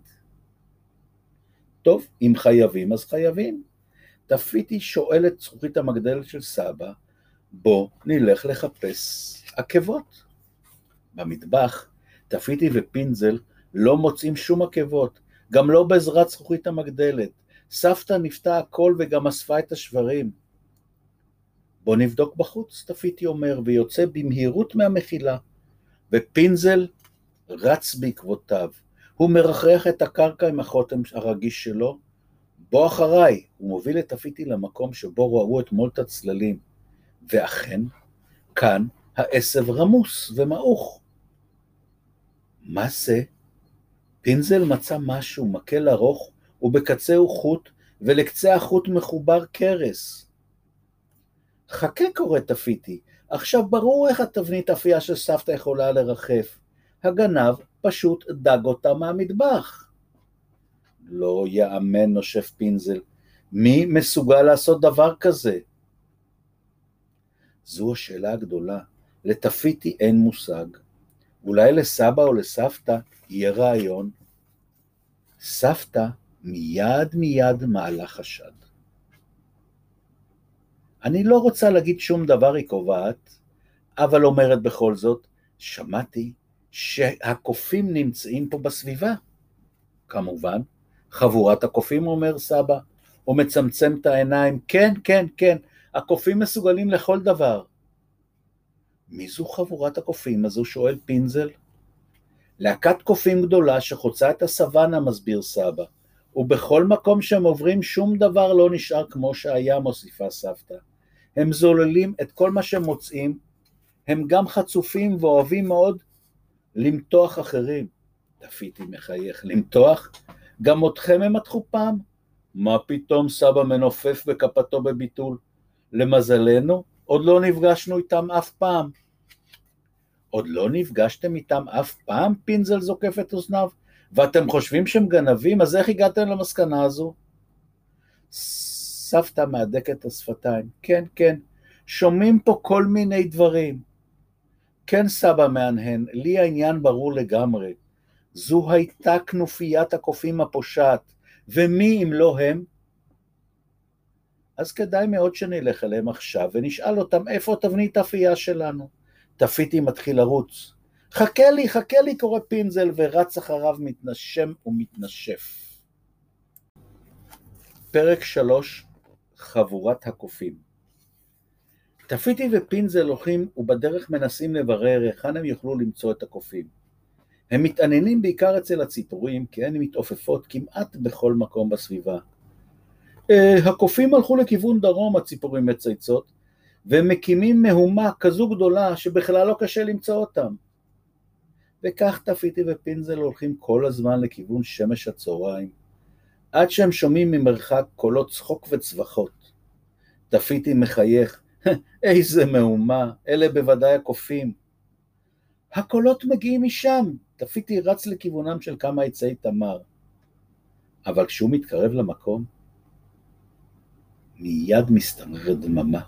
טוב, אם חייבים, אז חייבים. תפיתי שואל את זכוכית המגדלת של סבא, בוא נלך לחפש עקבות. במטבח, תפיתי ופינזל לא מוצאים שום עקבות, גם לא בעזרת זכוכית המגדלת. סבתא נפתה הכל וגם אספה את השברים. בוא נבדוק בחוץ, תפיתי אומר, ויוצא במהירות מהמחילה. ופינזל רץ בעקבותיו. הוא מרחרח את הקרקע עם החותם הרגיש שלו. בוא אחריי, הוא מוביל את תפיתי למקום שבו ראו את מולט הצללים. ואכן, כאן העשב רמוס ומעוך. מה זה? פינזל מצא משהו, מקל ארוך, ובקצהו חוט, ולקצה החוט מחובר קרס. חכה, קורא תפיתי, עכשיו ברור איך התבנית האפייה של סבתא יכולה לרחף. הגנב פשוט דג אותה מהמטבח. לא יאמן, נושף פינזל. מי מסוגל לעשות דבר כזה? זו השאלה הגדולה. לתפיתי אין מושג. אולי לסבא או לסבתא יהיה רעיון. סבתא מיד מעלה חשד. אני לא רוצה להגיד שום דבר, היא קובעת, אבל אומרת בכל זאת, שמעתי שהקופים נמצאים פה בסביבה. כמובן, חבורת הקופים, אומר סבא, הוא מצמצם את העיניים, כן, כן, כן, הקופים מסוגלים לכל דבר. מי זו חבורת הקופים הזו, שואל פינזל? להקת קופים גדולה שחוצה את הסוואנה, מסביר סבא, ובכל מקום שהם עוברים שום דבר לא נשאר כמו שהיה, מוסיפה סבתא. הם זוללים את כל מה שהם מוצאים, הם גם חצופים ואוהבים מאוד למתוח אחרים. תפיתי מחייך, למתוח? גם אתכם הם מתחו פעם? מה פתאום, סבא מנופף בכפתו בביטול. למזלנו, עוד לא נפגשנו איתם אף פעם. עוד לא נפגשתם איתם אף פעם? פינזל זוקף את אוזניו. ואתם חושבים שהם גנבים? אז איך הגעתם למסקנה הזו? סבתא מהדקת השפתיים. כן, כן, שומעים פה כל מיני דברים. כן, סבא מהנהן, לי העניין ברור לגמרי. זו הייתה כנופיית הקופים הפושעת, ומי אם לא הם? אז כדאי מאוד שנלך אליהם עכשיו ונשאל אותם איפה תבנית אפייה שלנו. תפיתי מתחיל לרוץ. חכה לי, קורא פינזל, ורץ אחריו מתנשם ומתנשף. פרק 3, חבורת הקופים. תפיתי ופינזל הולכים ובדרך מנסים לברר היכן הם יוכלו למצוא את הקופים. הם מתעניינים בעיקר אצל הציפורים, כי הן מתעופפות כמעט בכל מקום בסביבה. הקופים הלכו לכיוון דרום, הציפורים מצייצות, והם מקימים מהומה כזו גדולה שבכלל לא קשה למצוא אותם. וכך תפיתי ופינזל הולכים כל הזמן לכיוון שמש הצהריים, עד שהם שומעים ממרחק קולות צחוק וצווחות. תפיתי מחייך, איזה מהומה, אלה בוודאי הקופים. הקולות מגיעים משם. תפיתי רץ לכיוונם של כמה עצי תמר. אבל כשהוא מתקרב למקום, מיד מסתמרת דממה.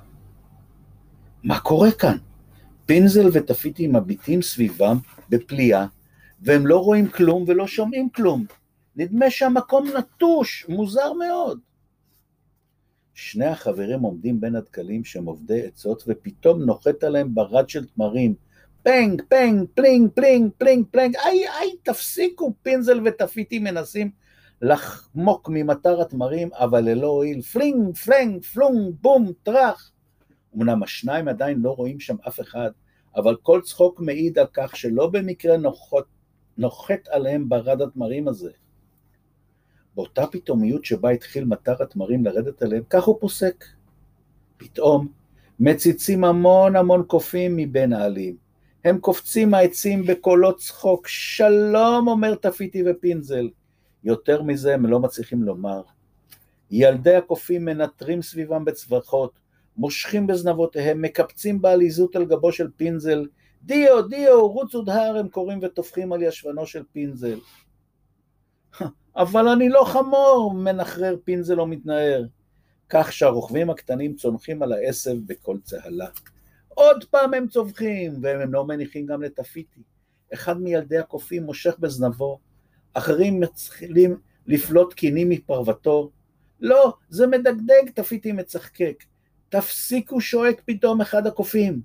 מה קורה כאן? פינזל ותפיתי מביטים סביבם בפליאה, והם לא רואים כלום ולא שומעים כלום. נדמה שהמקום נטוש, מוזר מאוד. שני החברים עומדים בין הדקלים שהם עובדי עצות, ופתאום נוחת עליהם ברד של תמרים. פנג, פנג, פלינג, פלינג, פלינג, פלינג. איי, תפסיקו. פינזל ותפיתי מנסים לחמוק ממטר התמרים, אבל ללא הועיל. פלינג, פלינג, פלונג, בום, טרח. אמנם השניים עדיין לא רואים שם אף אחד, אבל כל צחוק מעיד על כך שלא במקרה נוחת עליהם ברד התמרים הזה. באותה פתאומיות שבה התחיל מטר התמרים לרדת עליהם, כך הוא פוסק. פתאום מציצים המון קופים מבין העלים. הם קופצים העצים בקולות צחוק. שלום, אומר תפיתי ופינזל. יותר מזה הם לא מצליחים לומר. ילדי הקופים מנטרים סביבם בצווחות, מושכים בזנבותיהם, מקפצים בעליזות על גבו של פינזל. דיו, רוץ ודהר, הם קוראים ותופחים על ישבנו של פינזל. אבל אני לא חמור, מנחרר פינזל או מתנער. כך שהרוכבים הקטנים צונחים על העשב בכל צהלה. עוד פעם הם צווחים, והם לא מניחים גם לתפיתי. אחד מילדי הקופים מושך בזנבו, אחרים מתחילים לפלוט קינים מפרוותו. לא, זה מדגדג, תפיתי מצחקק. תפסיקו, שואק פתאום אחד הקופים.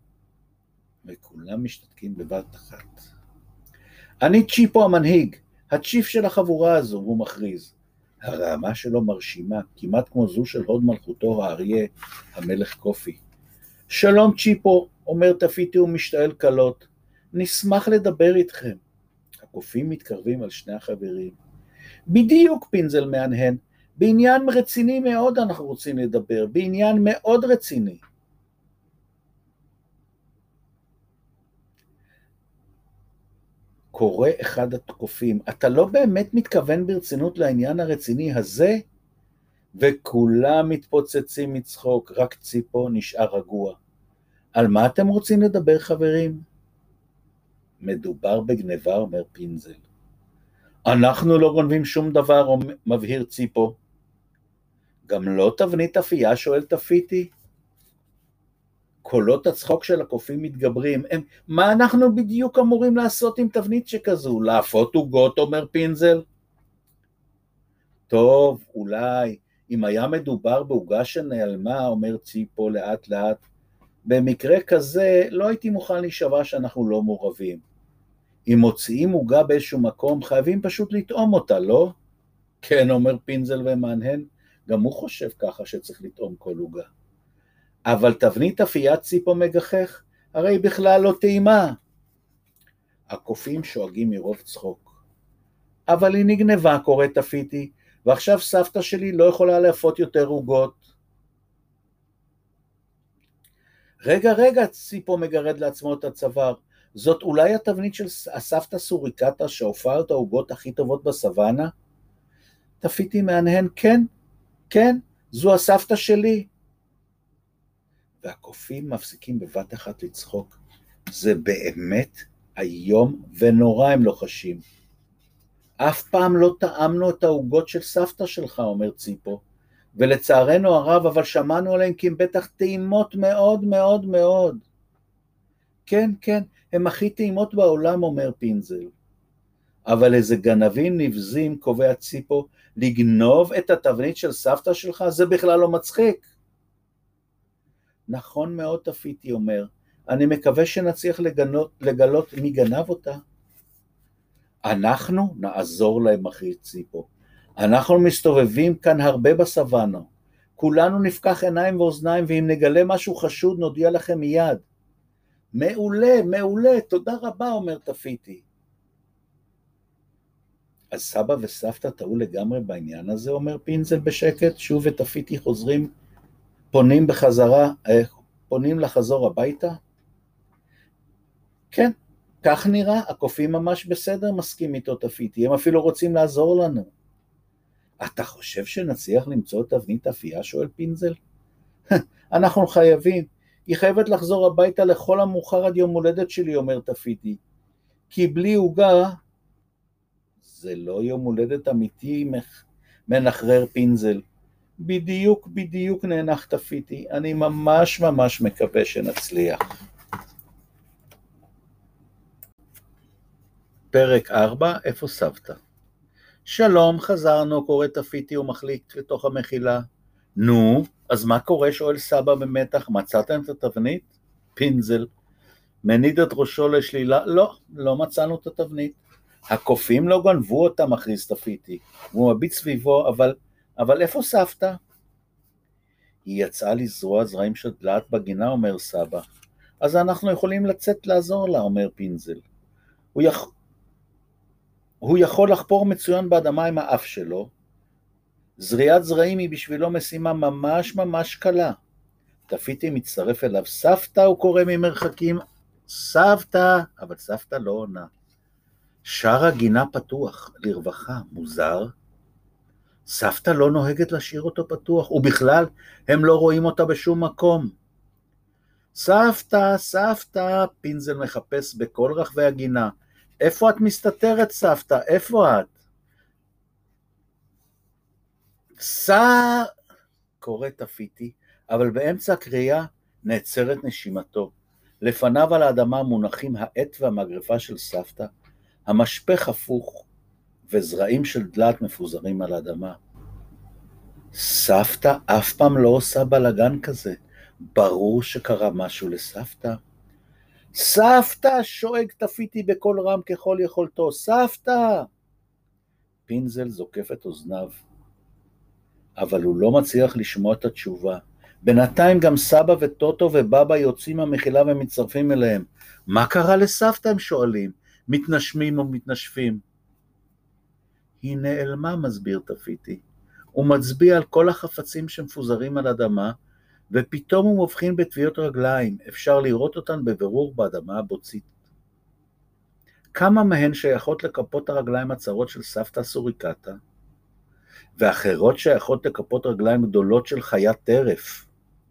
וכולם משתתקים בבת אחת. אני צ'יפו המנהיג, הצ'יף של החבורה הזו, הוא מכריז. הרעמה שלו מרשימה, כמעט כמו זו של הוד מלכותו האריה, המלך קופי. שלום צ'יפו, אומר תפיתי ומשתעל קלות, נשמח לדבר איתכם. הקופים מתקרבים על שני החברים. בדיוק, פינזל מהנהן, בעניין רציני מאוד אנחנו רוצים לדבר, בעניין מאוד רציני. קורא אחד הקופים, אתה לא באמת מתכוון ברצינות לעניין הרציני הזה? וכולם מתפוצצים מצחוק, רק ציפו נשאר רגוע. על מה אתם רוצים לדבר, חברים? מדובר בגניבה, אומר פינזל. אנחנו לא גונבים שום דבר, מבהיר ציפו. גם לא תבנית אפייה, שואל תפיתי. קולות הצחוק של הקופים מתגברים. מה אנחנו בדיוק אמורים לעשות עם תבנית שכזו? להפות עוגות, אומר פינזל. טוב, אולי, אם היה מדובר בעוגה שנעלמה, אומר ציפו לאט לאט, במקרה כזה לא הייתי מוכן להישבע שאנחנו לא מעורבים. אם מוציאים עוגה באיזשהו מקום, חייבים פשוט לטעום אותה, לא? כן, אומר פינזל ומהנהן, גם הוא חושב ככה שצריך לטעום כל עוגה. אבל תבנית אפיית ציפו מגחך, הרי בכלל לא טעימה. הקופים שואגים מרוב צחוק. אבל היא נגנבה, קורא תפיתי, ועכשיו סבתא שלי לא יכולה להפות יותר עוגות. רגע, ציפו מגרד לעצמו את הצוואר. זאת אולי התבנית של הסבתא סוריקטה שהופעה את העוגות הכי טובות בסוואנה? תפיתי מהנהן, כן, זו הסבתא שלי. והקופים מפסיקים בבת אחת לצחוק. זה באמת היום ונורא הם לוחשים. אף פעם לא טעמנו את העוגות של סבתא שלך, אומר ציפו, ולצערנו הרב, אבל שמענו עליהם כי הם בטח טעימות מאוד מאוד מאוד. כן, הם הכי טעימות בעולם, אומר פינזל. אבל איזה גנבים נבזים, קובע ציפו, לגנוב את התבנית של סבתא שלך, זה בכלל לא מצחיק. נכון מאוד, תפיתי אומר, אני מקווה שנצליח לגלות מי גנב אותה. אנחנו נעזור להם, מכריז ציפו. אנחנו מסתובבים כאן הרבה בסוואנה. כולנו נפקח עיניים ואוזניים, ואם נגלה משהו חשוד נודיע לכם מיד. מעולה, מעולה, תודה רבה, אומר תפיתי. אז סבא וסבתא טעו לגמרי בעניין הזה, אומר פינזל בשקט, שוב ותפיתי חוזרים, פונים לחזור הביתה? כן, כך נראה, הקופים ממש בסדר, מסכים איתו תפיתי, הם אפילו רוצים לעזור לנו. אתה חושב שנצליח למצוא את תבנית אפייה, שואל פינזל? אנחנו חייבים, היא חייבת לחזור הביתה לכל המאוחר עד יום הולדת שלי, אומר תפיתי, כי בלי עוגה, זה לא יום הולדת אמיתי, מנחרר פינזל. בדיוק, בדיוק נאנח תפיתי, אני ממש ממש מקווה שנצליח. פרק 4, איפה סבתא? שלום, חזרנו, קורא תפיתי ומחליק לתוך המחילה. נו, אז מה קורה, שואל סבא במתח, מצאתם את התבנית? פינזל מניד את ראשו לשלילה, לא מצאנו את התבנית. הקופים לא גנבו אותה, מכריז תפיתי, והוא מביט סביבו, אבל איפה סבתא? היא יצאה לזרוע זרעים של דלעת בגינה, אומר סבא. אז אנחנו יכולים לצאת לעזור לה, אומר פינזל. הוא יכול לחפור מצוין באדמה עם האף שלו. זריעת זרעים היא בשבילו משימה ממש ממש קלה. תפיתי מצטרף אליו. סבתא, הוא קורא ממרחקים. סבתא, אבל סבתא לא עונה. שער הגינה פתוח, לרווחה, מוזר. סבתא לא נוהגת להשאיר אותו פתוח, ובכלל הם לא רואים אותה בשום מקום. סבתא, סבתא, פינזל מחפש בכל רחבי הגינה. איפה את מסתתרת, סבתא? איפה את? קורא תפיתי, אבל באמצע הקריאה נעצרת נשימתו. לפניו על האדמה מונחים העט והמגרפה של סבתא, המשפך הפוך, וזרעים של דלת מפוזרים על האדמה. סבתא אף פעם לא עושה בלגן כזה. ברור שקרה משהו לסבתא. סבתא, שואג תפיתי בקול רם ככל יכולתו. סבתא! פינזל זוקף את אוזניו, אבל הוא לא מצליח לשמוע את התשובה. בינתיים גם סבא וטוטו ובבא יוצאים מהמחילה ומצטרפים אליהם. מה קרה לסבתא, הם שואלים, מתנשמים או מתנשפים. היא נעלמה, מסביר תפיתי. הוא מצביע על כל החפצים שמפוזרים על אדמה, ופתאום הוא מבחין בטביעות רגליים, אפשר לראות אותן בבירור באדמה הבוצית. כמה מהן שייכות לכפות הרגליים הצרות של סבתא סוריקטה, ואחרות שייכות לכפות רגליים גדולות של חיית טרף.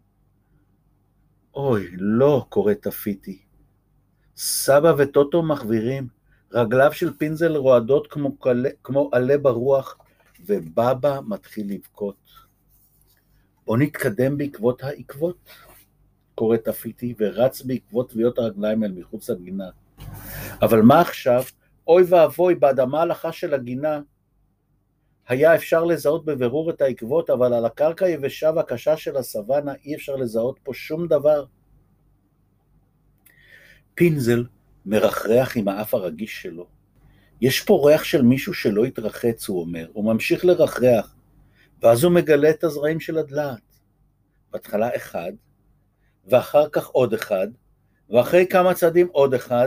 אוי, לא, קורא תפיתי. סבא וטוטו מחבירים, רגליו של פינזל רועדות כמו עלה ברוח, ובבא מתחיל לבכות. בוא נתקדם בעקבות העקבות, קורא תפיתי, ורץ בעקבות טביעות הרגליים אל מחוץ לגינה. אבל מה עכשיו? אוי ואבוי, באדמה הלכה של הגינה, היה אפשר לזהות בבירור את העקבות, אבל על הקרקע היבשה והקשה של הסוואנה אי אפשר לזהות פה שום דבר. פינזל מרחרח עם האף הרגיש שלו. יש פה ריח של מישהו שלא התרחץ, הוא אומר. הוא ממשיך לרחרח, ואז הוא מגלה את הזרעים של הדלעת. בהתחלה אחד, ואחר כך עוד אחד, ואחרי כמה צעדים עוד אחד.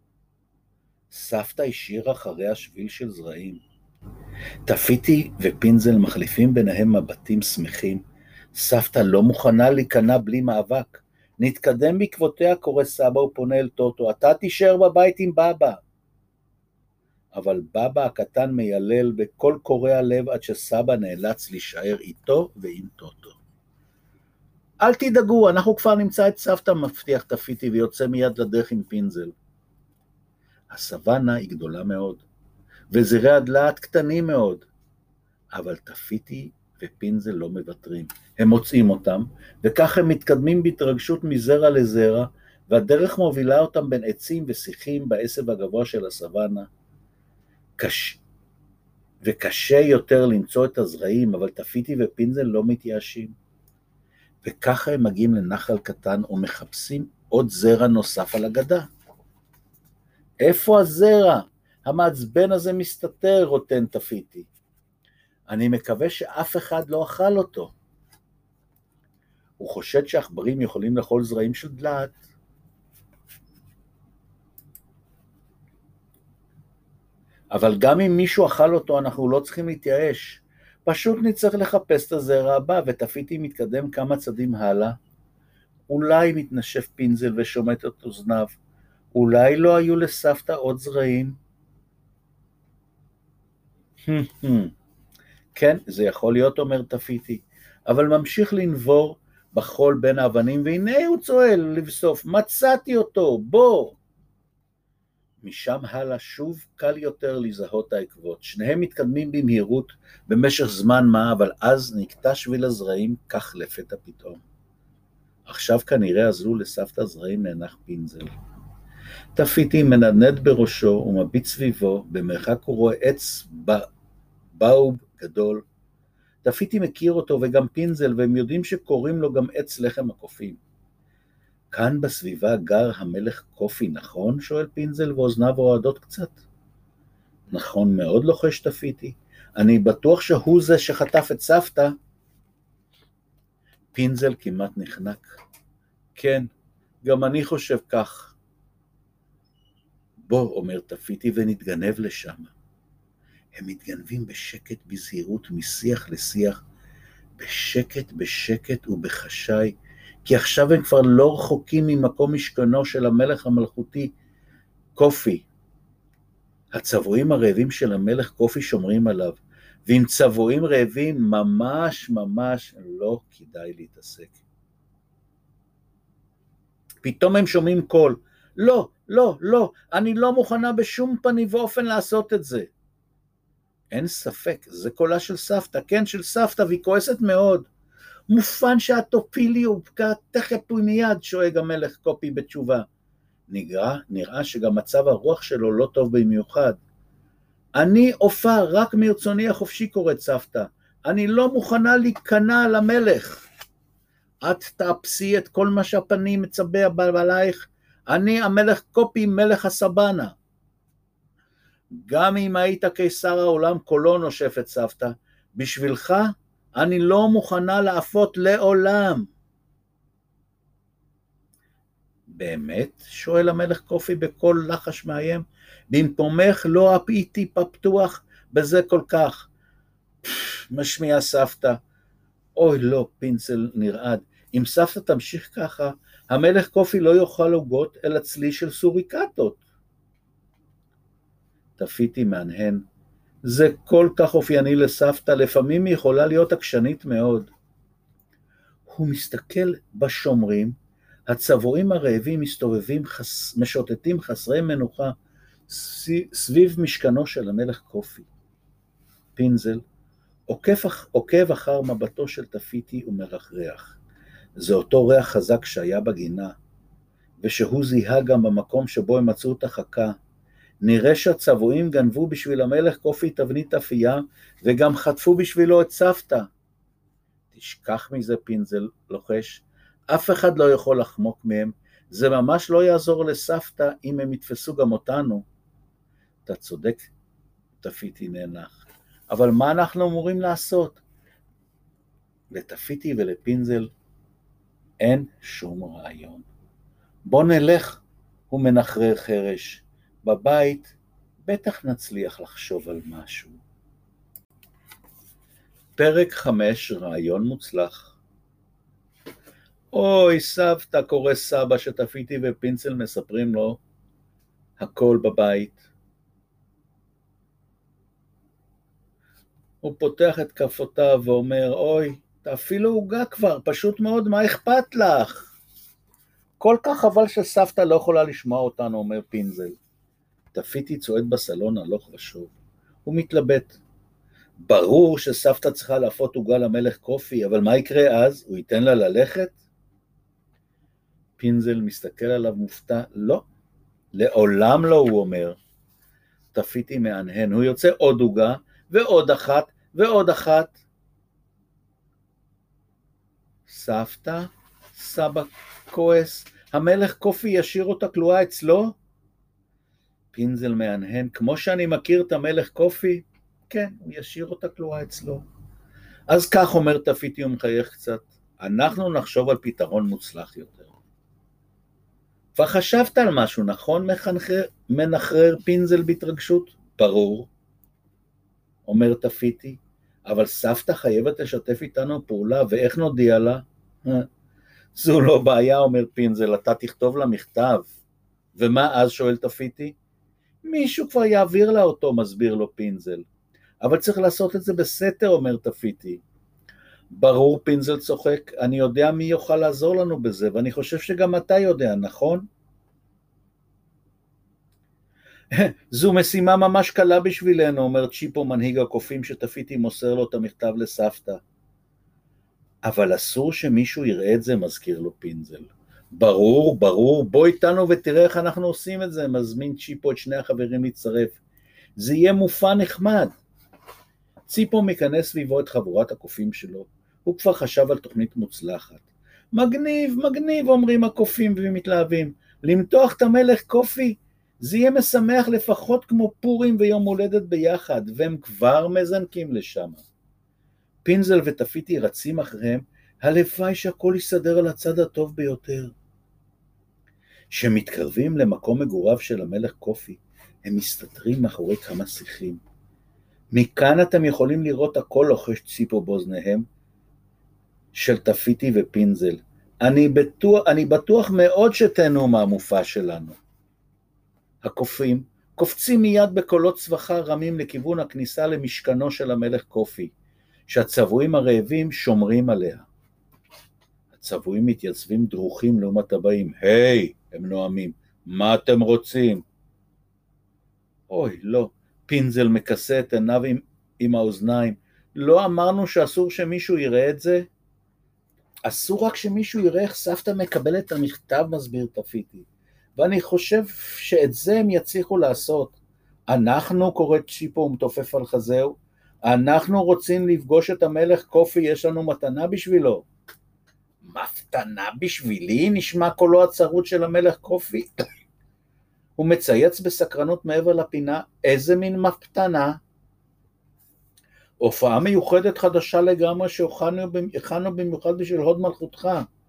סבתא השאירה אחריה שביל של זרעים. תפיתי ופינזל מחליפים ביניהם מבטים שמחים. סבתא לא מוכנה להיכנע בלי מאבק. נתקדם בעקבותיה, קורא סבא ופונה אל טוטו. אתה תישאר בבית עם בבא. אבל בבא הקטן מיילל בכל קורע לב עד שסבא נאלץ להישאר איתו ועם טוטו. אל תדאגו, אנחנו כבר נמצא את סבתא, מבטיח תפיתי ויוצא מיד לדרך עם פינזל. הסוואנה היא גדולה מאוד, וזרעי הדלעת קטנים מאוד, אבל תפיתי ופינזל לא מוותרים. הם מוצאים אותם, וכך הם מתקדמים בהתרגשות מזרע לזרע, והדרך מובילה אותם בין עצים ושיחים בעשב הגבוה של הסוואנה. וקשה יותר למצוא את הזרעים, אבל תפיתי ופינזל לא מתייאשים. וככה הם מגיעים לנחל קטן ומחפשים עוד זרע נוסף על הגדה. איפה הזרע? המעצבן הזה מסתתר, רוטן תפיתי. אני מקווה שאף אחד לא אכל אותו. הוא חושד שעכברים יכולים לאכול זרעים של דלעת. אבל גם אם מישהו אכל אותו, אנחנו לא צריכים להתייאש. פשוט נצטרך לחפש את הזרע הבא, ותפיתי מתקדם כמה צעדים הלאה. אולי מתנשף פינזל ושומט את אוזניו. אולי לא היו לסבתא עוד זרעים? כן, זה יכול להיות, אומר תפיתי, אבל ממשיך לנבור בחול בין האבנים, והנה הוא צועל לבסוף, מצאתי אותו, בוא. משם הלאה שוב קל יותר לזהות העקבות. שניהם מתקדמים במהירות במשך זמן מה, אבל אז נקטע שביל הזרעים כך לפתע פתאום. עכשיו כנראה עזלו לסבתא זרעים, נאנח פינזל. תפיתי מנדנד בראשו ומביט סביבו, במרחק הוא רואה עץ באוב גדול. תפיתי מכיר אותו וגם פינזל, והם יודעים שקוראים לו גם עץ לחם הקופים. כאן בסביבה גר המלך קופי, נכון? שואל פינזל ואוזניו רועדות קצת. נכון מאוד, לוחש תפיתי. אני בטוח שהוא זה שחטף את סבתא. פינזל כמעט נחנק. כן, גם אני חושב כך. בוא, אומר תפיתי, ונתגנב לשם. הם מתגנבים בשקט, בזהירות, משיח לשיח, בשקט ובחשאי, כי עכשיו הם כבר לא רחוקים ממקום משכנו של המלך המלכותי, קופי. הצבועים הרעבים של המלך קופי שומרים עליו, ועם צבועים רעבים ממש לא כדאי להתעסק. פתאום הם שומעים קול, לא, אני לא מוכנה בשום פנים ואופן לעשות את זה. אין ספק, זה קולה של סבתא, כן, של סבתא, והיא כועסת מאוד. מופן שאת תופילי ובקע תכף ומיד, שואג המלך קופי בתשובה. נראה שגם מצב הרוח שלו לא טוב במיוחד. אני עופה רק מרצוני החופשי, קוראת סבתא. אני לא מוכנה להיכנע למלך. את תאפסי את כל מה שהפנים מצבע עלייך. אני המלך קופי, מלך הסבנה. גם אם היית קיסר העולם כולו, נושפת סבתא, בשבילך אני לא מוכנה לעפות לעולם. באמת? שואל המלך קופי בקול לחש מאיים, במקומך לא אפעיתי פתוח בזה כל כך. משמיע סבתא. אוי לא, פינזל נרעד. אם סבתא תמשיך ככה, המלך קופי לא יאכל עוגות אלא צלי של סוריקטות. תפיתי מהנהן. זה כל כך אופייני לסבתא, לפעמים היא יכולה להיות עקשנית מאוד. הוא מסתכל בשומרים, הצבועים הרעבים מסתובבים, משוטטים חסרי מנוחה, סביב משכנו של המלך קופי. פינזל עוקב אחר מבטו של תפיתי ומרחרח. זה אותו ריח חזק שהיה בגינה, ושהוא זיהה גם במקום שבו הם מצאו את החכה. נראה שהצבועים גנבו בשביל המלך קופי תבנית אפייה, וגם חטפו בשבילו את סבתא. תשכח מזה, פינזל לוחש, אף אחד לא יכול לחמוק מהם, זה ממש לא יעזור לסבתא אם הם יתפסו גם אותנו. אתה צודק, תפיתי נאנח, אבל מה אנחנו אמורים לעשות? לתפיתי ולפינזל אין שום רעיון. בוא נלך, הוא מנחרר חרש. בבית בטח נצליח לחשוב על משהו. פרק 5, רעיון מוצלח. אוי סבתא, קורא סבא, שתפיתי ופינזל מספרים לו הכל בבית. הוא פותח את כפותיו ואומר, אוי, אפילו עוגה כבר, פשוט מאוד, מה אכפת לך? כל כך חבל שסבתא לא יכולה לשמוע אותנו, אומר פינזל. תפיתי צועד בסלון הלוך ושוב. הוא מתלבט. ברור שסבתא צריכה להפות עוגה למלך קופי, אבל מה יקרה אז? הוא ייתן לה ללכת? פינזל מסתכל עליו מופתע. לא, לעולם לא, הוא אומר. תפיתי מהנהן. הוא יוצא עוד עוגה, ועוד אחת, ועוד אחת. סבתא, סבא כועס, המלך קופי ישאיר אותה כלואה אצלו? פינזל מהנהן, כמו שאני מכיר את המלך קופי, כן, הוא ישאיר אותה כלואה אצלו. אז כך אומר תפיתי ומחייך קצת, אנחנו נחשוב על פתרון מוצלח יותר. כבר חשבת על משהו, נכון? מנחרר פינזל בהתרגשות? ברור, אומר תפיתי, אבל סבתא חייבת לשתף איתנו פעולה, ואיך נודיע לה? זו לא בעיה, אומר פינזל, אתה תכתוב לה מכתב. ומה אז, שואל תפיתי? מישהו כבר יעביר לה אותו, מסביר לו פינזל. אבל צריך לעשות את זה בסתר, אומר תפיתי. ברור, פינזל צוחק, אני יודע מי יוכל לעזור לנו בזה, ואני חושב שגם אתה יודע, נכון? זו משימה ממש קלה בשבילנו, אומר צ'יפו מנהיג הקופים שתפיתי מוסר לו את המכתב לסבתא. אבל אסור שמישהו יראה את זה, מזכיר לו פינזל. ברור, ברור, בוא איתנו ותראה איך אנחנו עושים את זה, מזמין צ'יפו את שני החברים להצטרף. זה יהיה מופע נחמד. ציפו מכנס סביבו את חבורת הקופים שלו, הוא כבר חשב על תוכנית מוצלחת. מגניב, מגניב, אומרים הקופים ומתלהבים. למתוח את המלך קופי, זה יהיה משמח לפחות כמו פורים ויום הולדת ביחד, והם כבר מזנקים לשם. פינזל ותפיתי רצים אחריהם, הלוואי שהכל יסדר על הצד הטוב ביותר. כשמתקרבים למקום מגוריו של המלך קופי, הם מסתתרים מאחורי כמה שיחים. מכאן אתם יכולים לראות הכל, לוחש ציפו באוזניהם של תפיתי ופינזל. אני בטוח מאוד שתהנו מהמופע שלנו. הקופים קופצים מיד בקולות צווחה רמים לכיוון הכניסה למשכנו של המלך קופי, שהצבועים הרעבים שומרים עליה. הצבועים מתייצבים דרוכים לעומת הבאים. היי, הם נועמים, מה אתם רוצים? אוי, לא. פינזל מכסה את עיניו עם האוזניים. לא אמרנו שאסור שמישהו יראה את זה? אסור רק שמישהו יראה איך סבתא מקבל את המכתב, מסביר תפיתי. ואני חושב שאת זה הם יצליחו לעשות. אנחנו, קורא צ'יפו ומתופף על חזהו, אנחנו רוצים לפגוש את המלך קופי, יש לנו מתנה בשבילו. מתנה בשבילי? נשמע קולו הצרות של המלך קופי. הוא מצייץ בסקרנות מעבר לפינה, איזה מין מתנה? הופעה מיוחדת חדשה לגמרי שהכנו במיוחד בשביל הוד מלכותך.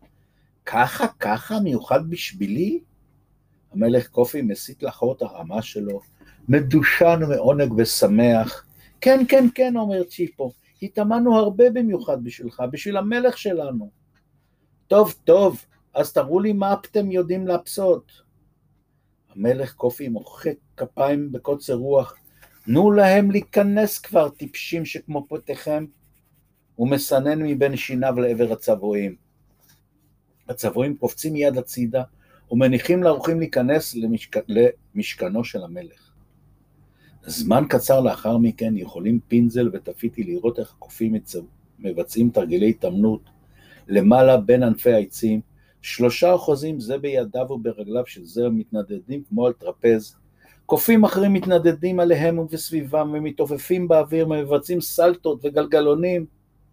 ככה מיוחד בשבילי? המלך קופי מסית לאחור את הרמה שלו, מדושן מעונג ושמח. כן, כן, כן, אומר צ'יפו, התאמנו הרבה במיוחד בשבילך, בשביל המלך שלנו. טוב, טוב, אז תראו לי מה אתם יודעים לעשות. המלך קופי מוחק כפיים בקוצר רוח, תנו להם להיכנס כבר, טיפשים שכמו פותיכם. הוא מסנן מבין שיניו לעבר הצבועים. הצבועים קופצים מיד הצידה, ומניחים לאורחים להיכנס למשכנו של המלך. זמן קצר לאחר מכן יכולים פינזל ותפיתי לראות איך הקופים מבצעים תרגילי התאמנות למעלה בין ענפי העצים, 3 אחוזים זה בידיו וברגליו של זה מתנדדים כמו על טרפז, קופים אחרים מתנדדים עליהם ובסביבם ומתעופפים באוויר ומבצעים סלטות וגלגלונים.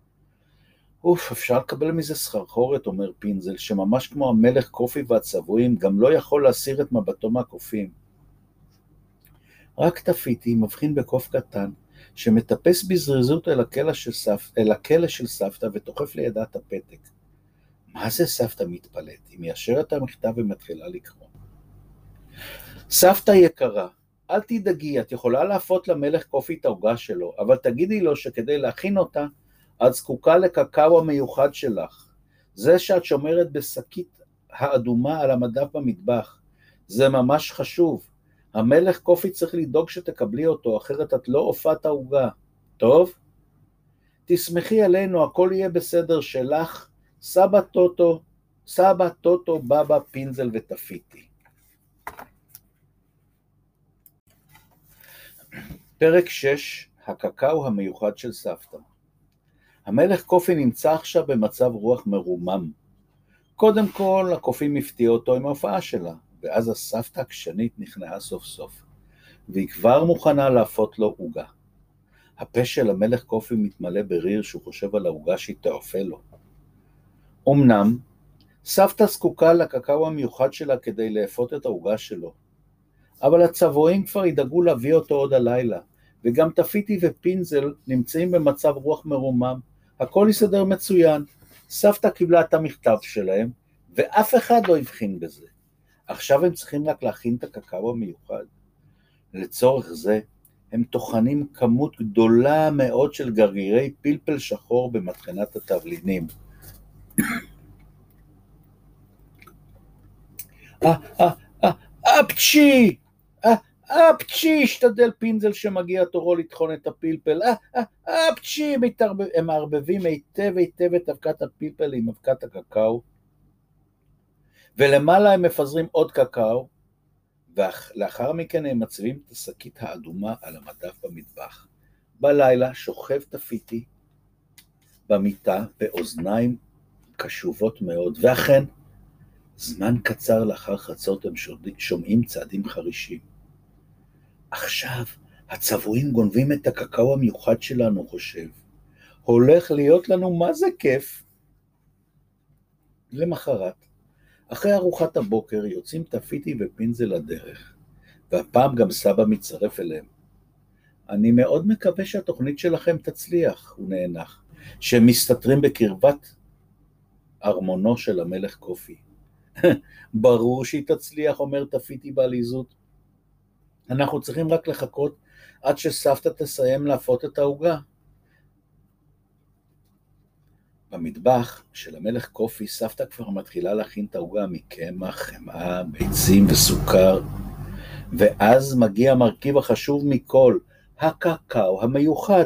אפשר לקבל מזה סחרחורת, אומר פינזל, שממש כמו המלך קופי והצבועים גם לא יכול להסיר את מבטו מהקופים. רק תפיתי מבחין בקוף קטן שמטפס בזריזות אל הכלא של סבתא ותוחף לידה את הפתק. מה זה? סבתא מתפלאת, היא מיישרת את המכתב ומתחילה לקרוא. סבתא יקרה, אל תדאגי, את יכולה להפות למלך קופי את העוגה שלו, אבל תגידי לו שכדי להכין אותה, את זקוקה לקקאו המיוחד שלך. זה שאת שומרת בשקית האדומה על המדף במטבח. זה ממש חשוב. המלך קופי צריך לדאוג שתקבלי אותו, אחרת את לא הופעת העוגה. טוב? תשמחי עלינו, הכל יהיה בסדר שלך, סבא טוטו, בבא, פינזל ותפיתי. פרק 6, הקקאו המיוחד של סבתא. המלך קופי נמצא עכשיו במצב רוח מרומם. קודם כל, הקופים הפתיעו אותו עם ההופעה שלה, ואז הסבתא הקשנית נכנעה סוף סוף, והיא כבר מוכנה להפות לו עוגה. הפה של המלך קופי מתמלא בריר שהוא חושב על העוגה שהיא תאפה לו. אמנם, סבתא זקוקה לקקאו המיוחד שלה כדי לאפות את העוגה שלו, אבל הצבועים כבר ידאגו להביא אותו עוד הלילה, וגם תפיתי ופינזל נמצאים במצב רוח מרומם, הכל יסדר מצוין. סבתא קיבלה את המכתב שלהם, ואף אחד לא הבחין בזה. עכשיו הם צריכים רק להכין את הקקאו המיוחד. לצורך זה, הם טוחנים כמות גדולה מאוד של גרגירי פלפל שחור במטחנת התבלינים. אפצ'י! אפצ'י! השתדל פינזל שמגיע תורו לטחון את הפלפל. אפצ'י! הם מערבבים היטב את אבקת הפלפל עם אבקת הקקאו, ולמעלה הם מפזרים עוד קקאו, ולאחר מכן הם מצבים את השקית האדומה על המדף במטבח. בלילה שוכב תפיתי במיטה באוזניים קשובות מאוד, ואכן, זמן קצר לאחר חצות הם שומעים צעדים חרישים. עכשיו הצבועים גונבים את הקקאו המיוחד שלנו, חושב. הולך להיות לנו מה זה כיף. למחרת, אחרי ארוחת הבוקר יוצאים תפיתי ופינזל לדרך, והפעם גם סבא מצטרף אליהם. אני מאוד מקווה שהתוכנית שלכם תצליח, הוא נאנח, שהם מסתתרים בקרבת ארמונו של המלך קופי. ברור שהיא תצליח, אומר תפיתי בעליזות. אנחנו צריכים רק לחכות עד שסבתא תסיים להפות את העוגה. במטבח של המלך קופי, סבתא כבר מתחילה להכין את העוגה מקמח, חמאה, ביצים וסוכר, ואז מגיע המרכיב החשוב מכל, הקקאו המיוחד.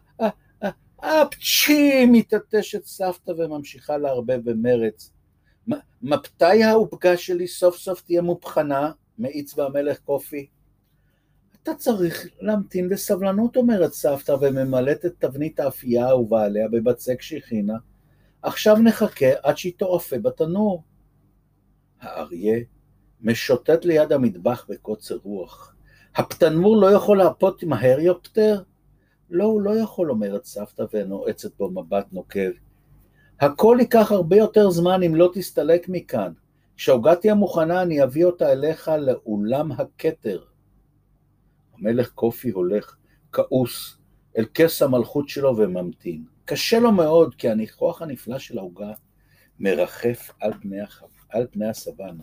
אפצ'י! מתעטשת סבתא וממשיכה להרבב במרץ. מתי העוגה שלי סוף סוף תהיה מובחנה? מאיץ במלך קופי. אתה צריך להמתין בסבלנות, אומרת סבתא, וממלאת את תבנית האפייה האהובה עליה בבצק שהכינה. עכשיו נחכה עד שהיא תעופה בתנור. האריה משוטט ליד המטבח בקוצר רוח. הפתנמור לא יכול להפות מהר יותר? לא, הוא לא יכול, אומרת סבתא ונועצת בו מבט נוקב. הכל ייקח הרבה יותר זמן אם לא תסתלק מכאן. כשהעוגה תהיה מוכנה אני אביא אותה אליך לאולם הכתר. המלך קופי הולך כעוס אל כס המלכות שלו וממתין. קשה לו מאוד כי הניחוח הנפלא של העוגה מרחף על פני הסוואנה.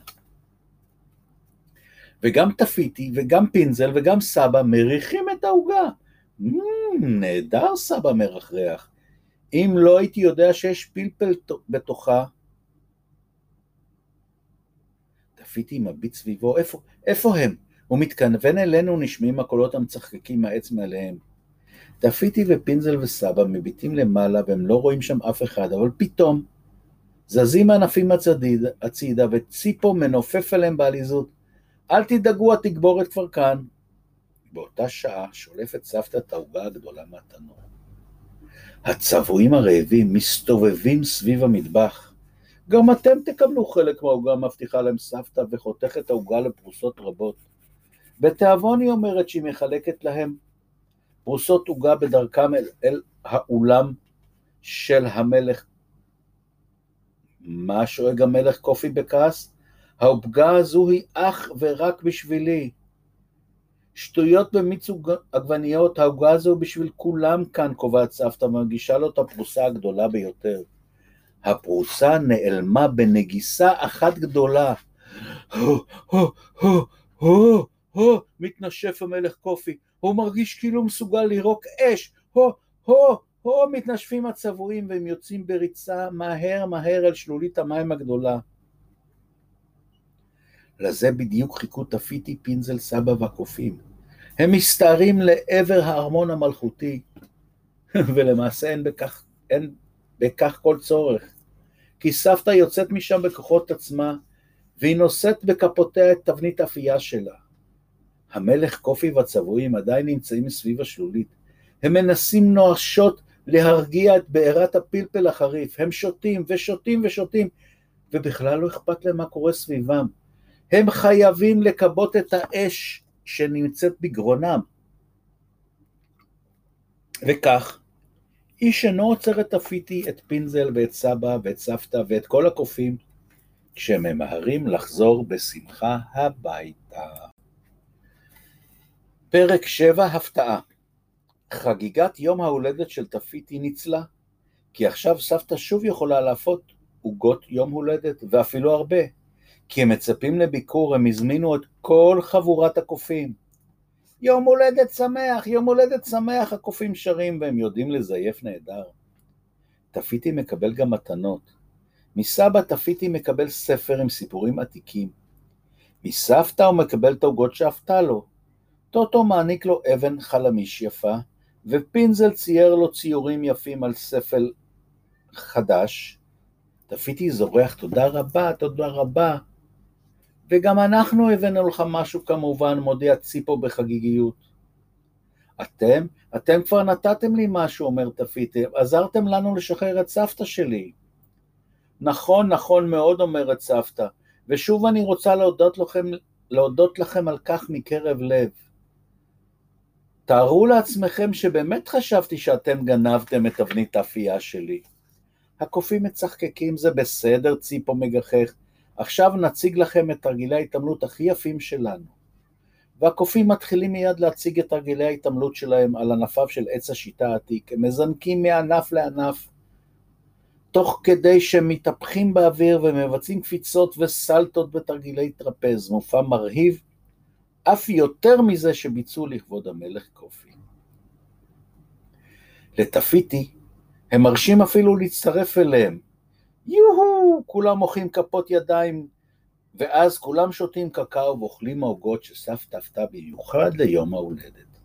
וגם תפיתי וגם פינזל וגם סבא מריחים את העוגה. נהדר, סבא מרחרח. אם לא הייתי יודע שיש פלפל בתוכה. תפיתי מביט סביבו, איפה הם? הוא מתכוון אלינו, נשמעים הקולות המצחקקים מהעץ מעליהם. תפיתי ופינזל וסבא מביטים למעלה והם לא רואים שם אף אחד, אבל פתאום זזים הענפים הצידה וציפו מנופף אליהם בעליזות. אל תדאגו, התגבורת כבר כאן. באותה שעה שולפת סבתא את העוגה הגדולה מהתנור. הצבועים הרעבים מסתובבים סביב המטבח. גם אתם תקבלו חלק מהעוגה, מבטיחה להם סבתא וחותכת העוגה לפרוסות רבות. בתיאבון היא אומרת שהיא מחלקת להם פרוסות עוגה בדרכם אל האולם של המלך. מה שואג המלך קופי בכעס? העוגה הזו היא אך ורק בשבילי. שטויות במיץ עגבניות, העוגה הזו בשביל כולם כאן, קובעת סבתא, מגישה לו את הפרוסה הגדולה ביותר. הפרוסה נעלמה בנגיסה אחת גדולה. מתנשף המלך קופי, הוא מרגיש כאילו מסוגל לירוק אש. מתנשפים הצבועים והם יוצאים בריצה מהר אל שלולית המים הגדולה. לזה בדיוק חיכו תפיתי, פינזל, סבא והקופים. הם מסתערים לעבר הארמון המלכותי, ולמעשה אין בכך כל צורך, כי סבתא יוצאת משם בכוחות עצמה, והיא נושאת בכפותיה את תבנית אפייה שלה. המלך קופי והצבועים עדיין נמצאים סביב השלולית. הם מנסים נואשות להרגיע את בעירת הפלפל החריף. הם שותים ושותים, ובכלל לא אכפת להם מה קורה סביבם. הם חייבים לקבות את האש שנמצאת בגרונם. וכך, איש אינו עוצר את תפיתי, את פינזל ואת סבא ואת סבתא ואת כל הקופים, כשהם ממהרים לחזור בשמחה הביתה. פרק 7, הפתעה. חגיגת יום ההולדת של תפיתי ניצלה, כי עכשיו סבתא שוב יכולה להפות עוגות יום הולדת, ואפילו הרבה, כי הם מצפים לביקור, הם הזמינו את כל חבורת הקופים. יום הולדת שמח, יום הולדת שמח, הקופים שרים, והם יודעים לזייף נהדר. תפיתי מקבל גם מתנות. מסבא תפיתי מקבל ספר עם סיפורים עתיקים. מסבתא הוא מקבל את העוגות שאפתה לו. טוטו מעניק לו אבן חלמיש יפה, ופינזל צייר לו ציורים יפים על ספל חדש. תפיתי זורח, תודה רבה, תודה רבה. וגם אנחנו הבאנו לך משהו כמובן, מודיע ציפו בחגיגיות. אתם כבר נתתם לי משהו, אומר תפיתי, עזרתם לנו לשחרר את סבתא שלי. נכון, נכון מאוד, אומרת סבתא, ושוב אני רוצה להודות לכם על כך מקרב לב. תארו לעצמכם שבאמת חשבתי שאתם גנבתם את תבנית האפייה שלי. הקופים מצחקקים, זה בסדר, ציפו מגחך, עכשיו נציג לכם את תרגילי ההתעמלות הכי יפים שלנו. והקופים מתחילים מיד להציג את תרגילי ההתעמלות שלהם על ענפיו של עץ השיטה העתיק, הם מזנקים מענף לענף, תוך כדי שהם מתהפכים באוויר ומבצעים קפיצות וסלטות בתרגילי טרפז, מופע מרהיב, אף יותר מזה שביצעו לכבוד המלך קופי. לתפיתי, הם מרשים אפילו להצטרף אליהם. יוהו, כולם מוחאים כפות ידיים, ואז כולם שותים קקאו ואוכלים העוגות שסבתא אפתה במיוחד ליום ההולדת.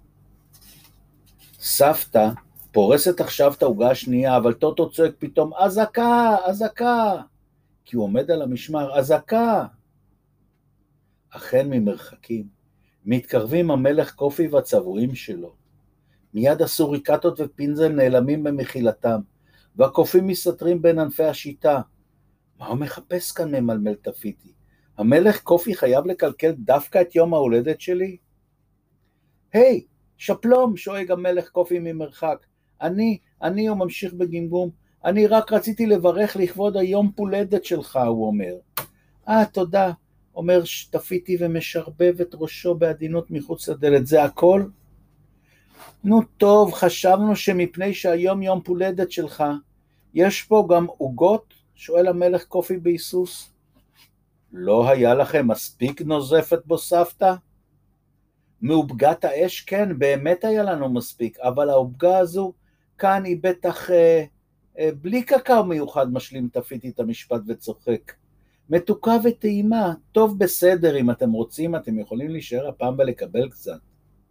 סבתא פורסת עכשיו את העוגה השנייה, אבל טוטו צועק פתאום, אזעקה, אזעקה, כי הוא עומד על המשמר, אזעקה. אכן ממרחקים, מתקרבים המלך קופי והצבועים שלו. מיד הסוריקטות ופינזל נעלמים במחילתם, והקופים מסתתרים בין ענפי השיטה. מה הוא מחפש כאן, ממלמל תפיתי? המלך קופי חייב לקלקל דווקא את יום ההולדת שלי? היי, שפלום, שואג המלך קופי ממרחק. אני הוא ממשיך בגמגום, אני רק רציתי לברך לכבוד היום הולדת שלך, הוא אומר. תודה, אומר תפיתי ומשרבב את ראשו בעדינות מחוץ לדלת, זה הכל? נו טוב, חשבנו שמפני שהיום יום הולדת שלך, יש פה גם עוגות? שואל המלך קופי בהיסוס. לא היה לכם מספיק, נוזפת בו סבתא? מעובגת האש כן, באמת היה לנו מספיק, אבל העובגה הזו כאן היא בטח בלי קקאו מיוחד, משלים תפיתי את המשפט וצוחק. מתוקה וטעימה, טוב בסדר, אם אתם רוצים אתם יכולים להישאר הפעם ולקבל קצת.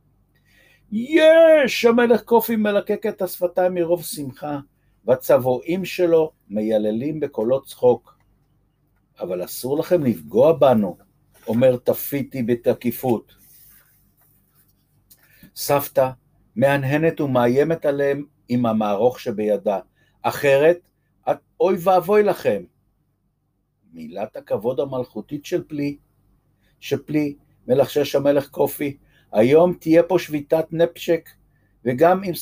יש! המלך קופי מלקק את השפתיים מרוב שמחה, והצבועים שלו מייללים בקולות צחוק. אבל אסור לכם לפגוע בנו, אומר תפיתי בתקיפות. סבתא מהנהנת ומאיימת עליהם עם המערוך שבידה, אחרת, אוי ואבוי לכם. מילת הכבוד המלכותית שפלי, מלחשש המלך קופי, היום תהיה פה שביתת נפשק, וגם את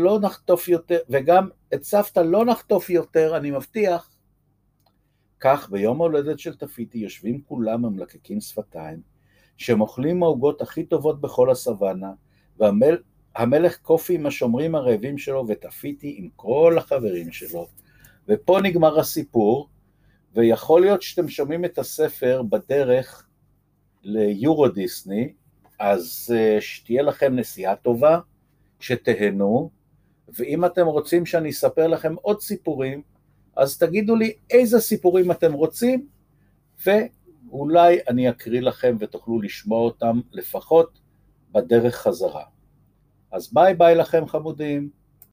סבתא לא נחטוף יותר, אני מבטיח. כך ביום ההולדת של תפיתי יושבים כולם המלקקים שפתיים, שמאכלים העוגות הכי טובות בכל הסוואנה, והמלך קופי עם השומרים הרעבים שלו, ותפיתי עם כל החברים שלו. ופה נגמר הסיפור, ויכול להיות שאתם שומעים את הספר בדרך ליורו דיסני, אז שתהיה לכם נסיעה טובה, שתהנו, ואם אתם רוצים שאני אספר לכם עוד סיפורים, אז תגידו לי איזה סיפורים אתם רוצים, ואולי אני אקריא לכם ותוכלו לשמוע אותם לפחות בדרך חזרה. אז ביי ביי לכם חמודים.